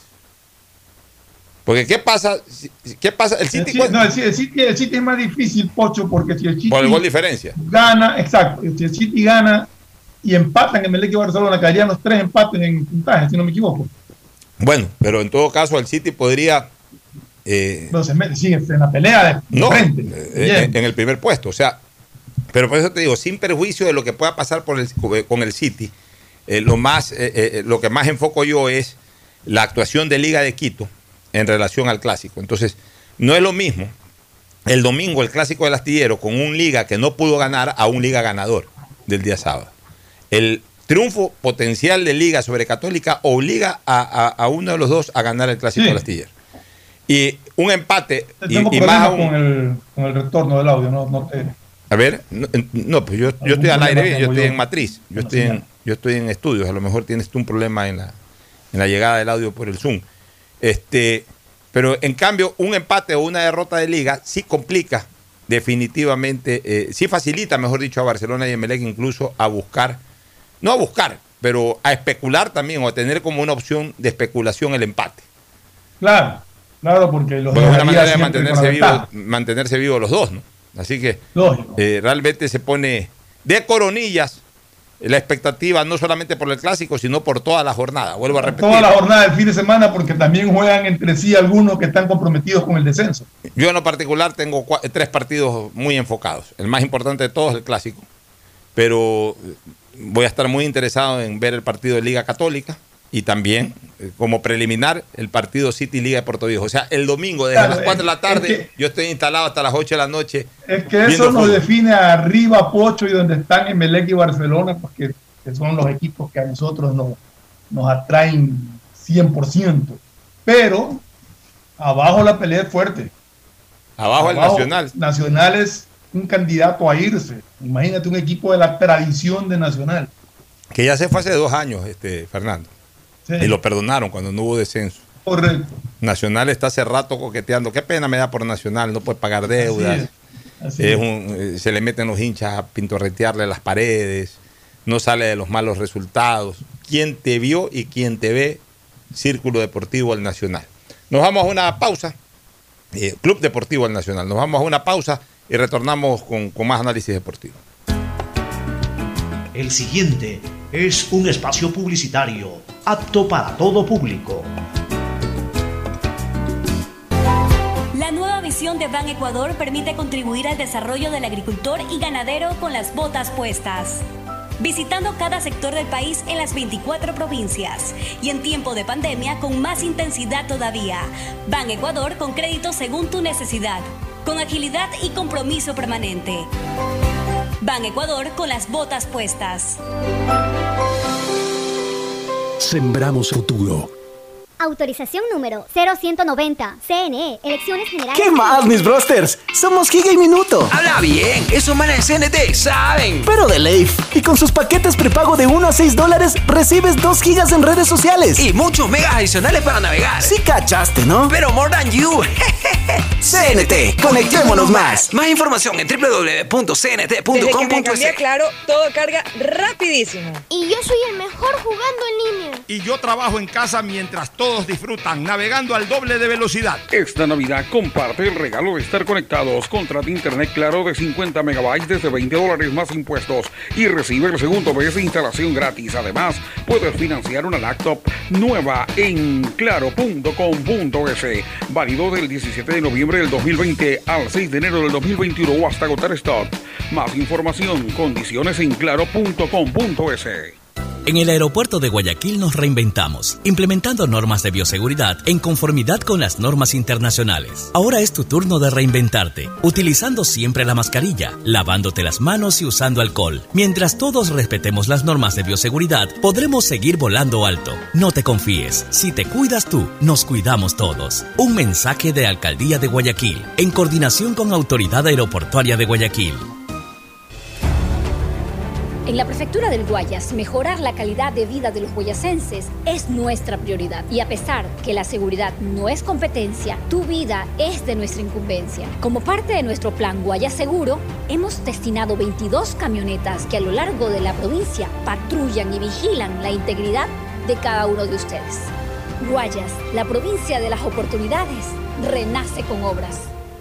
Porque ¿qué pasa? ¿Qué pasa? El City, el City, no, el City, el City es más difícil, Pocho, porque si el City por el gol diferencia gana, exacto, si el City gana y empatan en Emelec y Barcelona, caerían los tres empates en puntaje, si no me equivoco. Bueno, pero en todo caso el City podría... Eh, no, se mete, sigue en la pelea de, de no, frente. Eh, en, en el primer puesto, o sea, pero por eso te digo, sin perjuicio de lo que pueda pasar por el, con el City, eh, lo, más, eh, eh, lo que más enfoco yo es la actuación de Liga de Quito en relación al clásico. Entonces, no es lo mismo el domingo el clásico del astillero con un Liga que no pudo ganar a un Liga ganador del día sábado. El triunfo potencial de Liga sobre Católica obliga a, a, a uno de los dos a ganar el clásico sí. del astillero. Y un empate y, y más aún, con el, con el retorno del audio, no, no te... A ver, no, no pues yo, yo estoy al aire bien, yo estoy yo? en matriz, yo estoy en, yo estoy en estudios, a lo mejor tienes tú un problema en la, en la llegada del audio por el Zoom. Este, pero en cambio, un empate o una derrota de Liga sí complica definitivamente, eh, sí facilita, mejor dicho, a Barcelona y Emelec incluso a buscar, no a buscar, pero a especular también o a tener como una opción de especulación el empate. Claro, claro, porque los porque es una manera de mantenerse vivo, mantenerse vivos los dos, ¿no? Así que eh, realmente se pone de coronillas la expectativa no solamente por el clásico, sino por toda la jornada. Vuelvo a repetir. Toda la jornada del fin de semana, porque también juegan entre sí algunos que están comprometidos con el descenso. Yo en lo particular tengo cuatro, tres partidos muy enfocados. El más importante de todos es el clásico, pero voy a estar muy interesado en ver el partido de Liga Católica, y también eh, como preliminar el partido City Liga de Puerto Viejo. O sea, el domingo desde claro, las cuatro de la tarde, es que, yo estoy instalado hasta las ocho de la noche. Es que eso nos define arriba, Pocho, y donde están Emelec y Barcelona, porque que son los equipos que a nosotros nos, nos atraen cien por ciento. Pero abajo la pelea es fuerte. Abajo, abajo el Nacional. Nacional es un candidato a irse. Imagínate un equipo de la tradición de Nacional. Que ya se fue hace dos años, este Fernando. Sí. Y lo perdonaron cuando no hubo descenso. Correcto. Nacional está hace rato coqueteando. Qué pena me da por Nacional, no puede pagar deudas. Así es. Así es un, se le meten los hinchas a pintorretearle las paredes. No sale de los malos resultados. ¿Quién te vio y quién te ve? Círculo Deportivo El Nacional. Nos vamos a una pausa. Eh, Club Deportivo El Nacional. Nos vamos a una pausa y retornamos con, con más análisis deportivo. El siguiente es un espacio publicitario apto para todo público. La nueva visión de Ban Ecuador permite contribuir al desarrollo del agricultor y ganadero con las botas puestas. Visitando cada sector del país en las veinticuatro provincias y en tiempo de pandemia con más intensidad todavía. Ban Ecuador con crédito según tu necesidad, con agilidad y compromiso permanente. Ban Ecuador con las botas puestas. Sembramos futuro. Autorización número cero ciento noventa. C N E, Elecciones Generales. ¿Qué más, mis brosters? Somos Giga y Minuto. Habla bien, esos manes de C N T saben. Pero de Leif. Y con sus paquetes prepago de uno a seis dólares, recibes dos gigas en redes sociales. Y muchos megas adicionales para navegar. Sí cachaste, ¿no? Pero more than you. C N T, conectémonos más. Más información en doble u doble u doble u punto c n t punto com punto es. Claro, todo carga rapidísimo. Y yo soy el mejor jugando en línea. Y yo trabajo en casa mientras todos disfrutan navegando al doble de velocidad. Esta Navidad comparte el regalo de estar conectados. Contrata internet Claro de cincuenta megabytes desde veinte dólares más impuestos y recibe el segundo mes de instalación gratis. Además, puedes financiar una laptop nueva en claro punto com punto es. Válido del diecisiete de noviembre del dos mil veinte al seis de enero del dos mil veintiuno o hasta agotar stock. Más información, condiciones en claro punto com punto es. En el aeropuerto de Guayaquil nos reinventamos, implementando normas de bioseguridad en conformidad con las normas internacionales. Ahora es tu turno de reinventarte, utilizando siempre la mascarilla, lavándote las manos y usando alcohol. Mientras todos respetemos las normas de bioseguridad, podremos seguir volando alto. No te confíes, si te cuidas tú, nos cuidamos todos. Un mensaje de Alcaldía de Guayaquil, en coordinación con Autoridad Aeroportuaria de Guayaquil. En la Prefectura del Guayas, mejorar la calidad de vida de los guayasenses es nuestra prioridad. Y a pesar que la seguridad no es competencia, tu vida es de nuestra incumbencia. Como parte de nuestro plan Guayas Seguro, hemos destinado veintidós camionetas que a lo largo de la provincia patrullan y vigilan la integridad de cada uno de ustedes. Guayas, la provincia de las oportunidades, renace con obras.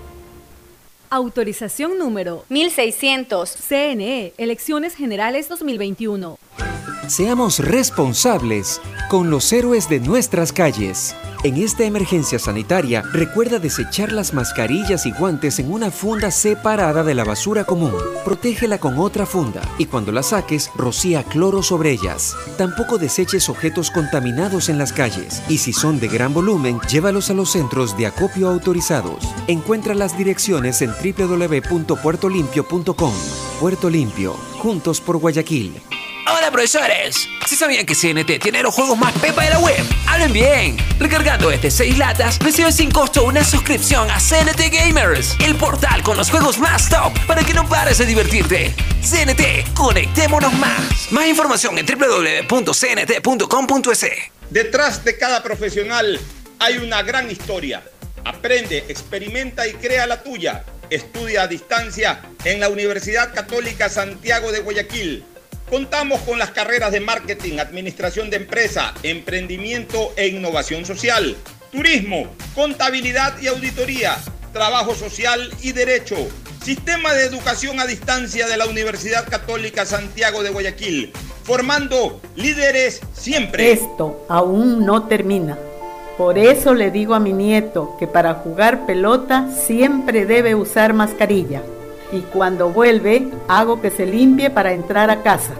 Autorización número mil seiscientos. C N E, Elecciones Generales dos mil veintiuno. Seamos responsables con los héroes de nuestras calles. En esta emergencia sanitaria, recuerda desechar las mascarillas y guantes en una funda separada de la basura común. Protégela con otra funda y cuando la saques, rocía cloro sobre ellas. Tampoco deseches objetos contaminados en las calles y si son de gran volumen, llévalos a los centros de acopio autorizados. Encuentra las direcciones en doble u doble u doble u punto puerto limpio punto com. Puerto Limpio, juntos por Guayaquil. Hola profesores, ¿sí sabían que C N T tiene los juegos más pepa de la web? ¡Hablen bien! Recargando este seis latas, recibes sin costo una suscripción a C N T Gamers, el portal con los juegos más top para que no pares de divertirte. C N T, conectémonos más. Más información en doble u doble u doble u punto c n t punto com punto es. Detrás de cada profesional hay una gran historia. Aprende, experimenta y crea la tuya. Estudia a distancia en la Universidad Católica Santiago de Guayaquil. Contamos con las carreras de marketing, administración de empresa, emprendimiento e innovación social, turismo, contabilidad y auditoría, trabajo social y derecho. Sistema de educación a distancia de la Universidad Católica Santiago de Guayaquil, formando líderes siempre. Esto aún no termina. Por eso le digo a mi nieto que para jugar pelota siempre debe usar mascarilla. Y cuando vuelve, hago que se limpie para entrar a casa.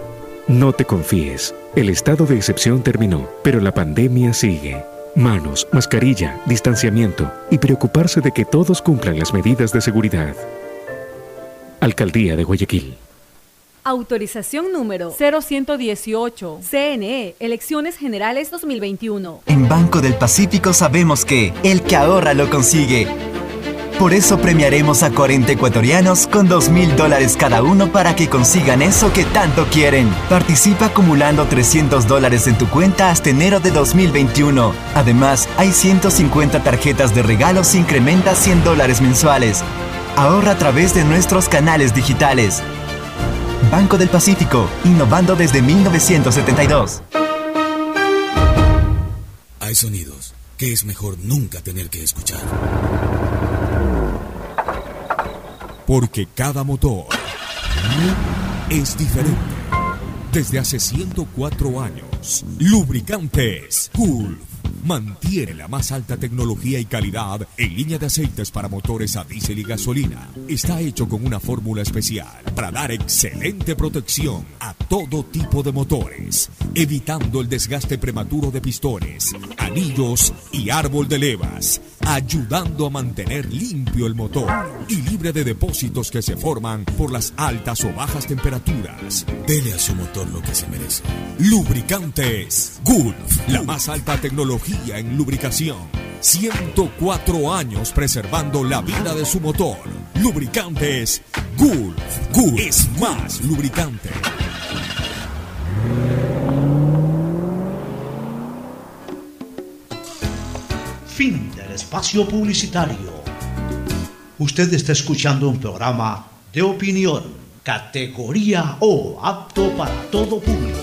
No te confíes. El estado de excepción terminó, pero la pandemia sigue. Manos, mascarilla, distanciamiento y preocuparse de que todos cumplan las medidas de seguridad. Alcaldía de Guayaquil. Autorización número cero uno ocho. C N E, Elecciones Generales dos mil veintiuno. En Banco del Pacífico sabemos que el que ahorra lo consigue. Por eso premiaremos a cuarenta ecuatorianos con dos mil dólares cada uno para que consigan eso que tanto quieren. Participa acumulando trescientos dólares en tu cuenta hasta enero de dos mil veintiuno. Además, hay ciento cincuenta tarjetas de regalos e incrementa cien dólares mensuales. Ahorra a través de nuestros canales digitales. Banco del Pacífico, innovando desde mil novecientos setenta y dos. Hay sonidos que es mejor nunca tener que escuchar. Porque cada motor es diferente. Desde hace ciento cuatro años, Lubricantes Gulf mantiene la más alta tecnología y calidad en línea de aceites para motores a diésel y gasolina. Está hecho con una fórmula especial para dar excelente protección a todo tipo de motores, evitando el desgaste prematuro de pistones, anillos y árbol de levas, ayudando a mantener limpio el motor y libre de depósitos que se forman por las altas o bajas temperaturas. Dele a su motor lo que se merece. Lubricantes Gulf, la más alta tecnología en lubricación. ciento cuatro años preservando la vida de su motor. Lubricantes Gulf. Gulf es más lubricante. Fin del espacio publicitario. Usted está escuchando un programa de opinión, categoría O, apto para todo público.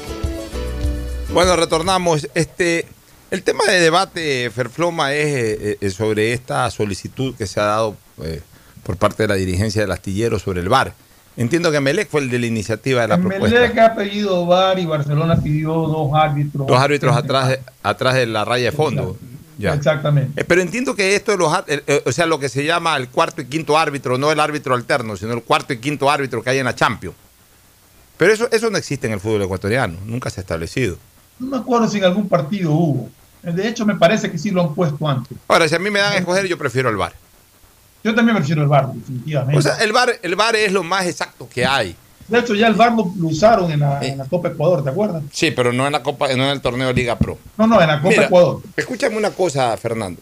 Bueno, retornamos. Este, el tema de debate, Ferfloma, es eh, sobre esta solicitud que se ha dado eh, por parte de la dirigencia del astillero sobre el V A R. Entiendo que Melec fue el de la iniciativa de la Melec propuesta. Melec ha pedido V A R y Barcelona pidió dos árbitros. Dos árbitros atrás de, atrás de la raya de fondo. Ya. Exactamente. Eh, pero entiendo que esto de los eh, eh, o sea, lo que se llama el cuarto y quinto árbitro, no el árbitro alterno, sino el cuarto y quinto árbitro que hay en la Champions. Pero eso, eso no existe en el fútbol ecuatoriano, nunca se ha establecido. No me acuerdo si en algún partido hubo. De hecho, me parece que sí lo han puesto antes. Ahora, si a mí me dan a escoger, yo prefiero el V A R. Yo también prefiero el V A R, definitivamente. O sea, el V A R, el V A R es lo más exacto que hay. De hecho, ya el V A R lo, lo usaron en la, eh. en la Copa Ecuador, ¿te acuerdas? Sí, pero no en la Copa, no en el torneo Liga Pro. No, no, en la Copa Mira, Ecuador. Escúchame una cosa, Fernando.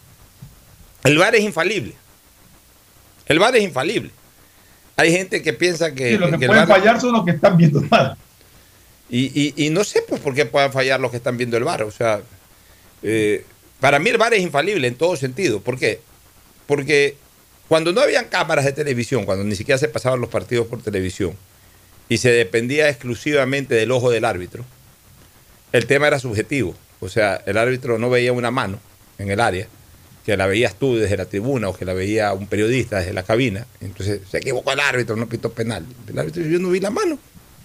El V A R es infalible. El V A R es infalible. Hay gente que piensa que... Sí, los que, que pueden el V A R... fallar son los que están viendo el V A R. Y, y, y no sé pues por qué puedan fallar los que están viendo el V A R. O sea, eh, para mí el V A R es infalible en todo sentido. ¿Por qué? Porque cuando no habían cámaras de televisión, cuando ni siquiera se pasaban los partidos por televisión y se dependía exclusivamente del ojo del árbitro, el tema era subjetivo. O sea, el árbitro no veía una mano en el área, que la veías tú desde la tribuna o que la veía un periodista desde la cabina. Entonces se equivocó el árbitro, no pitó penal. El árbitro, yo no vi la mano.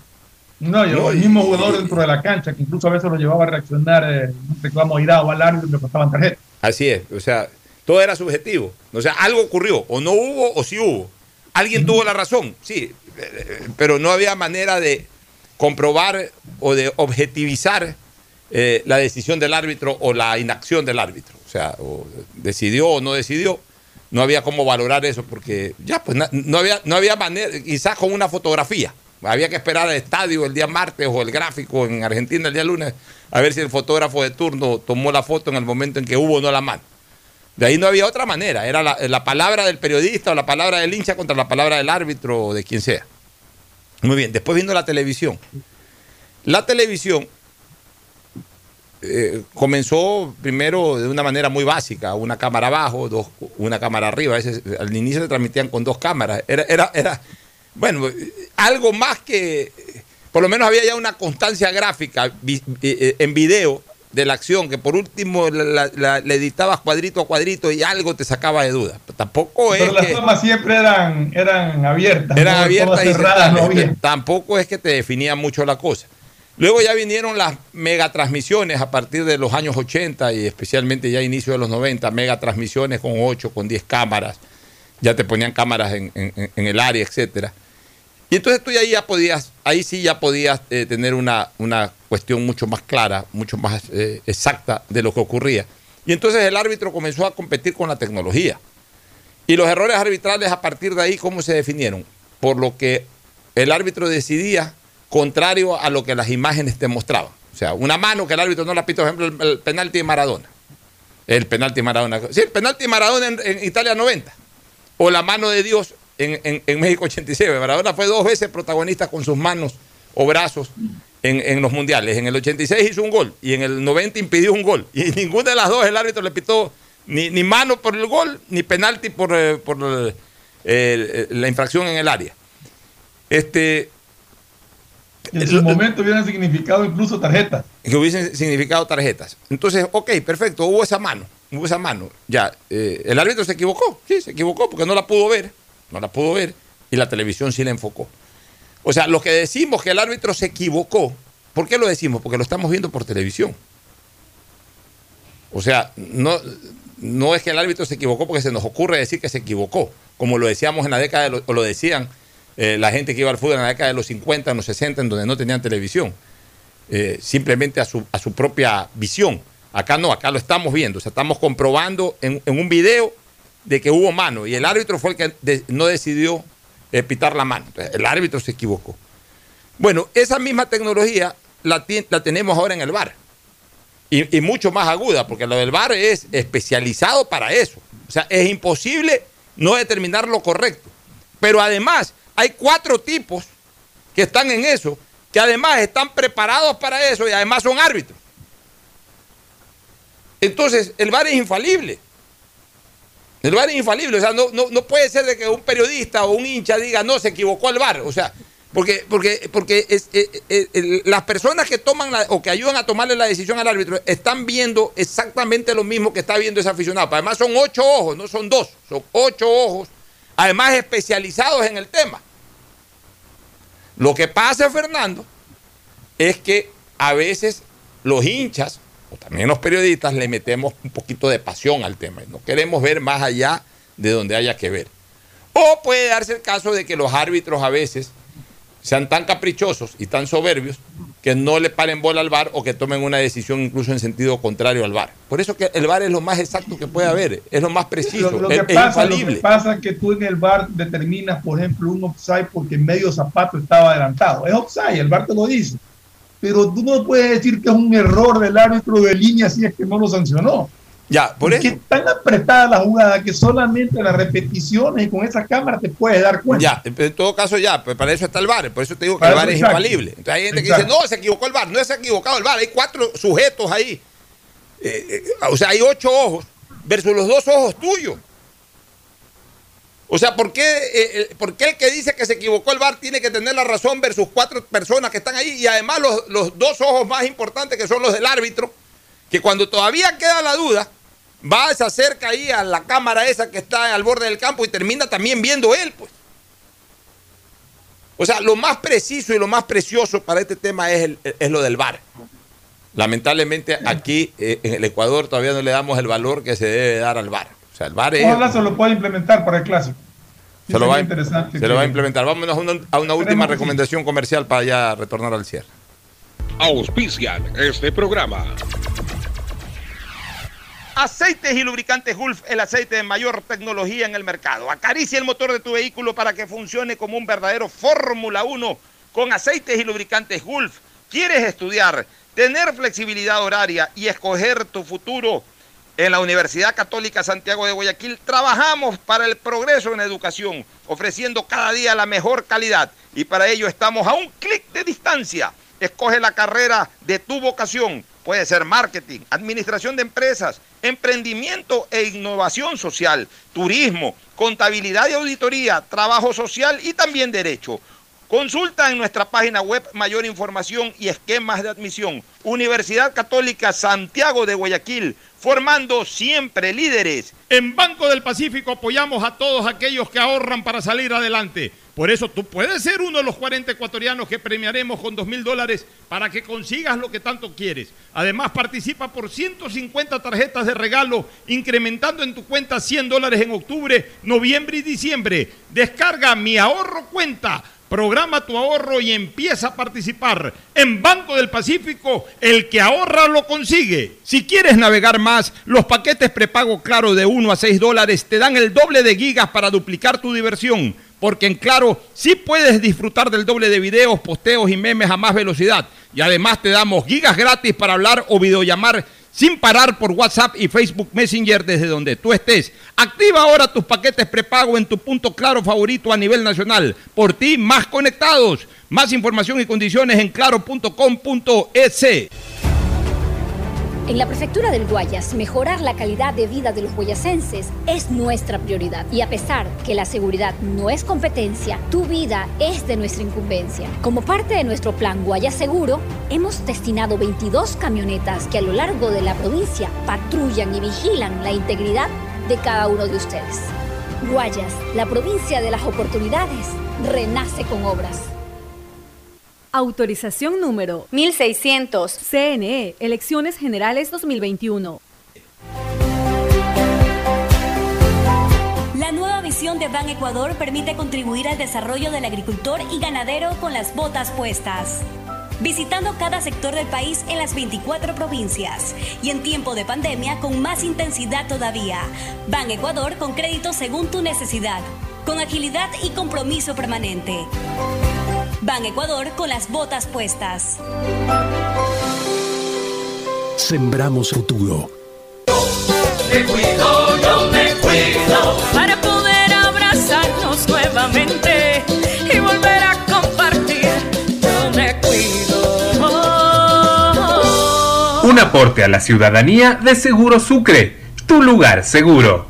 No, yo, no, el mismo jugador dentro de la cancha, que incluso a veces lo llevaba a reaccionar eh, un reclamo airado al árbitro y le pasaban tarjeta. Así es, o sea, todo era subjetivo. O sea, algo ocurrió, o no hubo o sí hubo. Alguien uh-huh. tuvo la razón, sí, pero no había manera de comprobar o de objetivizar eh, la decisión del árbitro o la inacción del árbitro. O sea, o decidió o no decidió. No había cómo valorar eso porque ya, pues no, no había, no había manera, quizás con una fotografía. Había que esperar al estadio el día martes o el gráfico en Argentina el día lunes a ver si el fotógrafo de turno tomó la foto en el momento en que hubo o no la mano. De ahí no había otra manera. Era la, la palabra del periodista o la palabra del hincha contra la palabra del árbitro o de quien sea. Muy bien. Después viendo la televisión. La televisión eh, comenzó primero de una manera muy básica. Una cámara abajo, dos, una cámara arriba. A veces, al inicio se transmitían con dos cámaras. Era... era, era Bueno, algo más que, por lo menos había ya una constancia gráfica en video de la acción, que por último la, la, la editabas cuadrito a cuadrito y algo te sacaba de duda. Tampoco es Pero las que, tomas siempre eran, eran abiertas. Eran ¿no? abiertas y cerradas, no había. Tampoco es que te definía mucho la cosa. Luego ya vinieron las megatransmisiones a partir de los años ochenta y especialmente ya a inicio de los noventa, megatransmisiones con ocho, con diez cámaras. Ya te ponían cámaras en, en, en el área, etcétera. Y entonces tú ahí ya podías, ahí sí ya podías eh, tener una, una cuestión mucho más clara, mucho más eh, exacta de lo que ocurría. Y entonces el árbitro comenzó a competir con la tecnología. Y los errores arbitrales a partir de ahí, ¿cómo se definieron? Por lo que el árbitro decidía contrario a lo que las imágenes te mostraban. O sea, una mano que el árbitro no la pitó, por ejemplo, el, el penalti de Maradona. El penalti de Maradona. Sí, el penalti de Maradona en, en Italia noventa. O la mano de Dios en, en, en México ochenta y seis. Maradona fue dos veces protagonista con sus manos o brazos en, en los mundiales. En el ochenta y seis hizo un gol y en el noventa impidió un gol. Y ninguna de las dos el árbitro le pitó ni, ni mano por el gol, ni penalti por, eh, por eh, eh, la infracción en el área. Este... En su momento hubieran significado incluso tarjetas. Que hubiesen significado tarjetas. Entonces, ok, perfecto, hubo esa mano, hubo esa mano. Ya, eh, el árbitro se equivocó, sí, se equivocó porque no la pudo ver, no la pudo ver y la televisión sí la enfocó. O sea, los que decimos que el árbitro se equivocó, ¿por qué lo decimos? Porque lo estamos viendo por televisión. O sea, no, no es que el árbitro se equivocó porque se nos ocurre decir que se equivocó, como lo decíamos en la década, de lo, o lo decían Eh, la gente que iba al fútbol en la década de los cincuenta, en los sesenta, en donde no tenían televisión, eh, simplemente a su, a su propia visión. Acá no, acá lo estamos viendo, o sea, estamos comprobando en, en un video de que hubo mano y el árbitro fue el que de, no decidió eh, pitar la mano. Entonces, el árbitro se equivocó. Bueno, esa misma tecnología la, la tenemos ahora en el V A R y, y mucho más aguda, porque lo del V A R es especializado para eso. O sea, es imposible no determinar lo correcto, pero además hay cuatro tipos que están en eso, que además están preparados para eso y además son árbitros. Entonces, el V A R es infalible. El V A R es infalible. O sea, no, no, no puede ser de que un periodista o un hincha diga, no, se equivocó el V A R. O sea, porque, porque, porque es, es, es, es, las personas que toman la, o que ayudan a tomarle la decisión al árbitro están viendo exactamente lo mismo que está viendo ese aficionado. Además, son ocho ojos, no son dos, son ocho ojos, además especializados en el tema. Lo que pasa, Fernando, es que a veces los hinchas, o también los periodistas, le metemos un poquito de pasión al tema y no queremos ver más allá de donde haya que ver. O puede darse el caso de que los árbitros a veces sean tan caprichosos y tan soberbios que no le paren bola al V A R o que tomen una decisión incluso en sentido contrario al V A R. Por eso que el V A R es lo más exacto que puede haber, es lo más preciso, lo, lo es, que es pasa, infalible. Lo que pasa es que tú en el V A R determinas, por ejemplo, un offside porque medio zapato estaba adelantado. Es offside, el V A R te lo dice. Pero tú no puedes decir que es un error del árbitro de línea si es que no lo sancionó. Ya, por porque eso. Es tan apretada la jugada que solamente las repeticiones y con esa cámara te puedes dar cuenta. Ya, en todo caso ya, pues para eso está el V A R, por eso te digo que para el V A R es exacto. infalible. Entonces hay gente Exacto. que dice, no, se equivocó el V A R, no se ha equivocado el V A R, hay cuatro sujetos ahí. Eh, eh, o sea, hay ocho ojos versus los dos ojos tuyos. O sea, ¿por qué, eh, ¿por qué el que dice que se equivocó el V A R tiene que tener la razón versus cuatro personas que están ahí? Y además los, los dos ojos más importantes que son los del árbitro, que cuando todavía queda la duda, va, se acerca ahí a la cámara esa que está al borde del campo y termina también viendo él, pues. O sea, lo más preciso y lo más precioso para este tema es, el, es lo del V A R. Lamentablemente aquí eh, en el Ecuador todavía no le damos el valor que se debe dar al V A R. O sea, el V A R Ojalá es, se lo pueda implementar para el clásico. Sí, se, lo va, interesante se que... lo va a implementar. Vámonos a una, a una última recomendación comercial para ya retornar al cierre. Auspician este programa. Aceites y lubricantes Gulf, el aceite de mayor tecnología en el mercado. Acaricia el motor de tu vehículo para que funcione como un verdadero Fórmula uno con aceites y lubricantes Gulf. ¿Quieres estudiar, tener flexibilidad horaria y escoger tu futuro? En la Universidad Católica Santiago de Guayaquil trabajamos para el progreso en educación, ofreciendo cada día la mejor calidad. Y para ello estamos a un clic de distancia. Escoge la carrera de tu vocación. Puede ser marketing, administración de empresas, emprendimiento e innovación social, turismo, contabilidad y auditoría, trabajo social y también derecho. Consulta en nuestra página web mayor información y esquemas de admisión. Universidad Católica Santiago de Guayaquil, formando siempre líderes. En Banco del Pacífico apoyamos a todos aquellos que ahorran para salir adelante. Por eso tú puedes ser uno de los cuarenta ecuatorianos que premiaremos con dos mil dólares para que consigas lo que tanto quieres. Además, participa por ciento cincuenta tarjetas de regalo, incrementando en tu cuenta cien dólares en octubre, noviembre y diciembre. Descarga Mi Ahorro Cuenta Programa tu ahorro y empieza a participar. En Banco del Pacífico, el que ahorra lo consigue. Si quieres navegar más, los paquetes prepago Claro de uno a seis dólares te dan el doble de gigas para duplicar tu diversión. Porque en Claro sí puedes disfrutar del doble de videos, posteos y memes a más velocidad. Y además te damos gigas gratis para hablar o videollamar sin parar por WhatsApp y Facebook Messenger desde donde tú estés. Activa ahora tus paquetes prepago en tu punto Claro favorito a nivel nacional. Por ti, más conectados. Más información y condiciones en claro punto com punto es. En la Prefectura del Guayas, mejorar la calidad de vida de los guayasenses es nuestra prioridad. Y a pesar que la seguridad no es competencia, tu vida es de nuestra incumbencia. Como parte de nuestro plan Guayas Seguro, hemos destinado veintidós camionetas que a lo largo de la provincia patrullan y vigilan la integridad de cada uno de ustedes. Guayas, la provincia de las oportunidades, renace con obras. Autorización número mil seiscientos. C N E, Elecciones Generales dos mil veintiuno. La nueva visión de Ban Ecuador permite contribuir al desarrollo del agricultor y ganadero con las botas puestas. Visitando cada sector del país en las veinticuatro provincias y en tiempo de pandemia con más intensidad todavía. Ban Ecuador con crédito según tu necesidad, con agilidad y compromiso permanente. Ban Ecuador con las botas puestas. Sembramos futuro. Me cuido, yo me cuido. Para poder abrazarnos nuevamente y volver a compartir. Yo me cuido. Un aporte a la ciudadanía de Seguro Sucre, tu lugar seguro.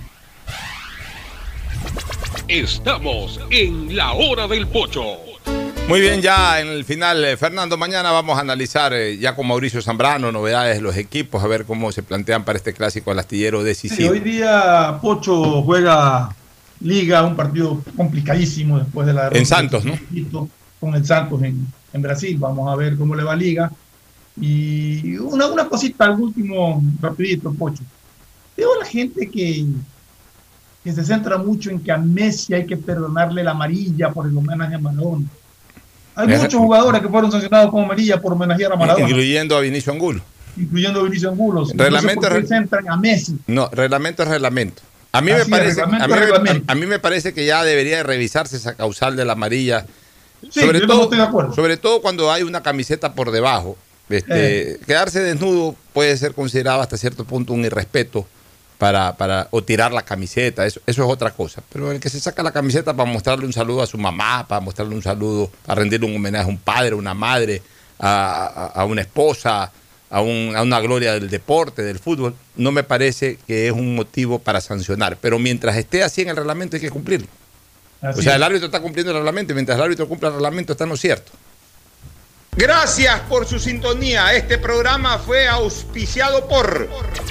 Estamos en la hora del pocho. Muy bien, ya en el final, eh, Fernando, mañana vamos a analizar eh, ya con Mauricio Zambrano novedades de los equipos, a ver cómo se plantean para este clásico al astillero decisivo. Sí, hoy día Pocho juega Liga, un partido complicadísimo después de la... En Santos, ¿no? Con el Santos en, en Brasil, vamos a ver cómo le va Liga. Y una, una cosita al último, rapidito, Pocho. Veo a la gente que, que se centra mucho en que a Messi hay que perdonarle la amarilla por el homenaje a Maradona. Hay es, muchos jugadores que fueron sancionados con amarilla por homenajear a Maradona. Incluyendo a Vinicio Angulo. Incluyendo a Vinicio Angulo. Reglamento no sé se centran a Messi. No, reglamento es reglamento. A mí, me parece, a, mí, a, a mí me parece que ya debería de revisarse esa causal de la amarilla. Sí, sobre, yo todo, no estoy de acuerdo. sobre todo cuando hay una camiseta por debajo. Este, eh. Quedarse desnudo puede ser considerado hasta cierto punto un irrespeto. Para, para, o tirar la camiseta, eso, eso es otra cosa. Pero el que se saca la camiseta para mostrarle un saludo a su mamá, para mostrarle un saludo, para rendirle un homenaje a un padre, a una madre, a, a, a una esposa, a, un, a una gloria del deporte, del fútbol, no me parece que es un motivo para sancionar. Pero mientras esté así en el reglamento hay que cumplirlo. Así o sea, el árbitro está cumpliendo el reglamento y mientras el árbitro cumpla el reglamento está en lo cierto. Gracias por su sintonía. Este programa fue auspiciado por...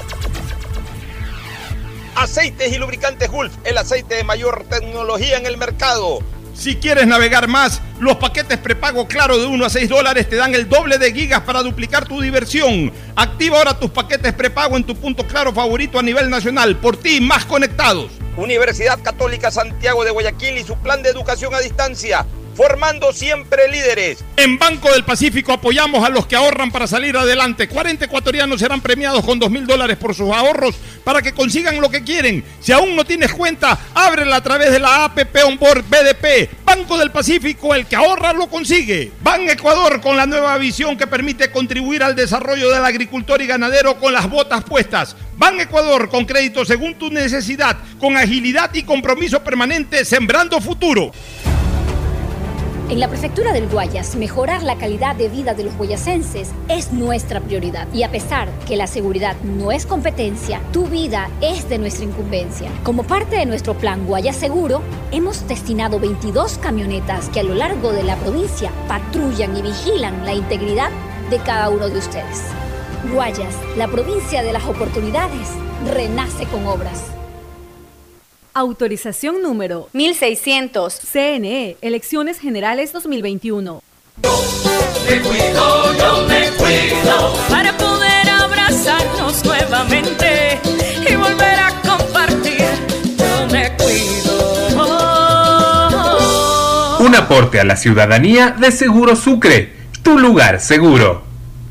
Aceites y lubricantes Gulf, el aceite de mayor tecnología en el mercado. Si quieres navegar más, los paquetes prepago Claro de uno a seis dólares te dan el doble de gigas para duplicar tu diversión. Activa ahora tus paquetes prepago en tu punto Claro favorito a nivel nacional. Por ti, más conectados. Universidad Católica Santiago de Guayaquil y su plan de educación a distancia. Formando siempre líderes. En Banco del Pacífico apoyamos a los que ahorran para salir adelante. cuarenta ecuatorianos serán premiados con dos mil dólares por sus ahorros para que consigan lo que quieren. Si aún no tienes cuenta, ábrela a través de la A P P Onboard B D P. Banco del Pacífico, el que ahorra lo consigue. Ban Ecuador con la nueva visión que permite contribuir al desarrollo del agricultor y ganadero con las botas puestas. Ban Ecuador con crédito según tu necesidad, con agilidad y compromiso permanente, sembrando futuro. En la Prefectura del Guayas, mejorar la calidad de vida de los guayasenses es nuestra prioridad. Y a pesar que la seguridad no es competencia, tu vida es de nuestra incumbencia. Como parte de nuestro plan Guayas Seguro, hemos destinado veintidós camionetas que a lo largo de la provincia patrullan y vigilan la integridad de cada uno de ustedes. Guayas, la provincia de las oportunidades, renace con obras. Autorización número mil seiscientos. C N E, Elecciones Generales dos mil veintiuno. Me cuido, yo me cuido. Para poder abrazarnos nuevamente y volver a compartir. Yo me cuido. Una aporte a la ciudadanía de Seguro Sucre, tu lugar seguro.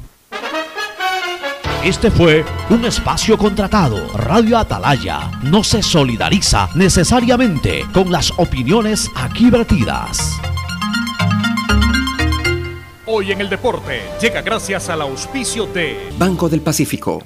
Este fue un espacio contratado. Radio Atalaya no se solidariza necesariamente con las opiniones aquí vertidas. Hoy en el deporte llega gracias al auspicio de Banco del Pacífico.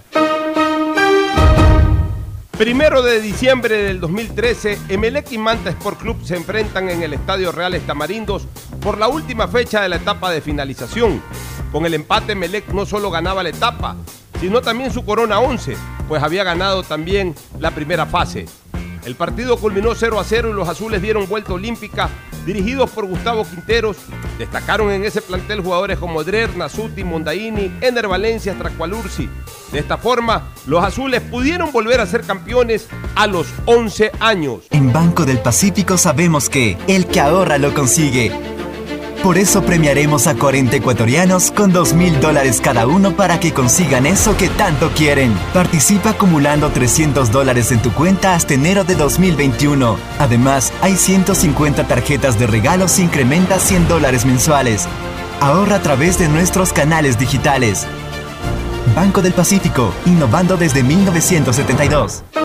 Primero de diciembre del dos mil trece, Emelec y Manta Sport Club se enfrentan en el Estadio Reales Tamarindos por la última fecha de la etapa de finalización. Con el empate, Emelec no solo ganaba la etapa, sino también su corona once, pues había ganado también la primera fase. El partido culminó cero a cero y los azules dieron vuelta olímpica, dirigidos por Gustavo Quinteros. Destacaron en ese plantel jugadores como Drer, Nasuti, Mondaini, Ener Valencia, Tracualursi. De esta forma, los azules pudieron volver a ser campeones a los once años. En Banco del Pacífico sabemos que el que ahorra lo consigue. Por eso premiaremos a cuarenta ecuatorianos con dos mil dólares cada uno para que consigan eso que tanto quieren. Participa acumulando trescientos dólares en tu cuenta hasta enero de dos mil veintiuno. Además, hay ciento cincuenta tarjetas de regalos e incrementa cien dólares mensuales. Ahorra a través de nuestros canales digitales. Banco del Pacífico, innovando desde mil novecientos setenta y dos.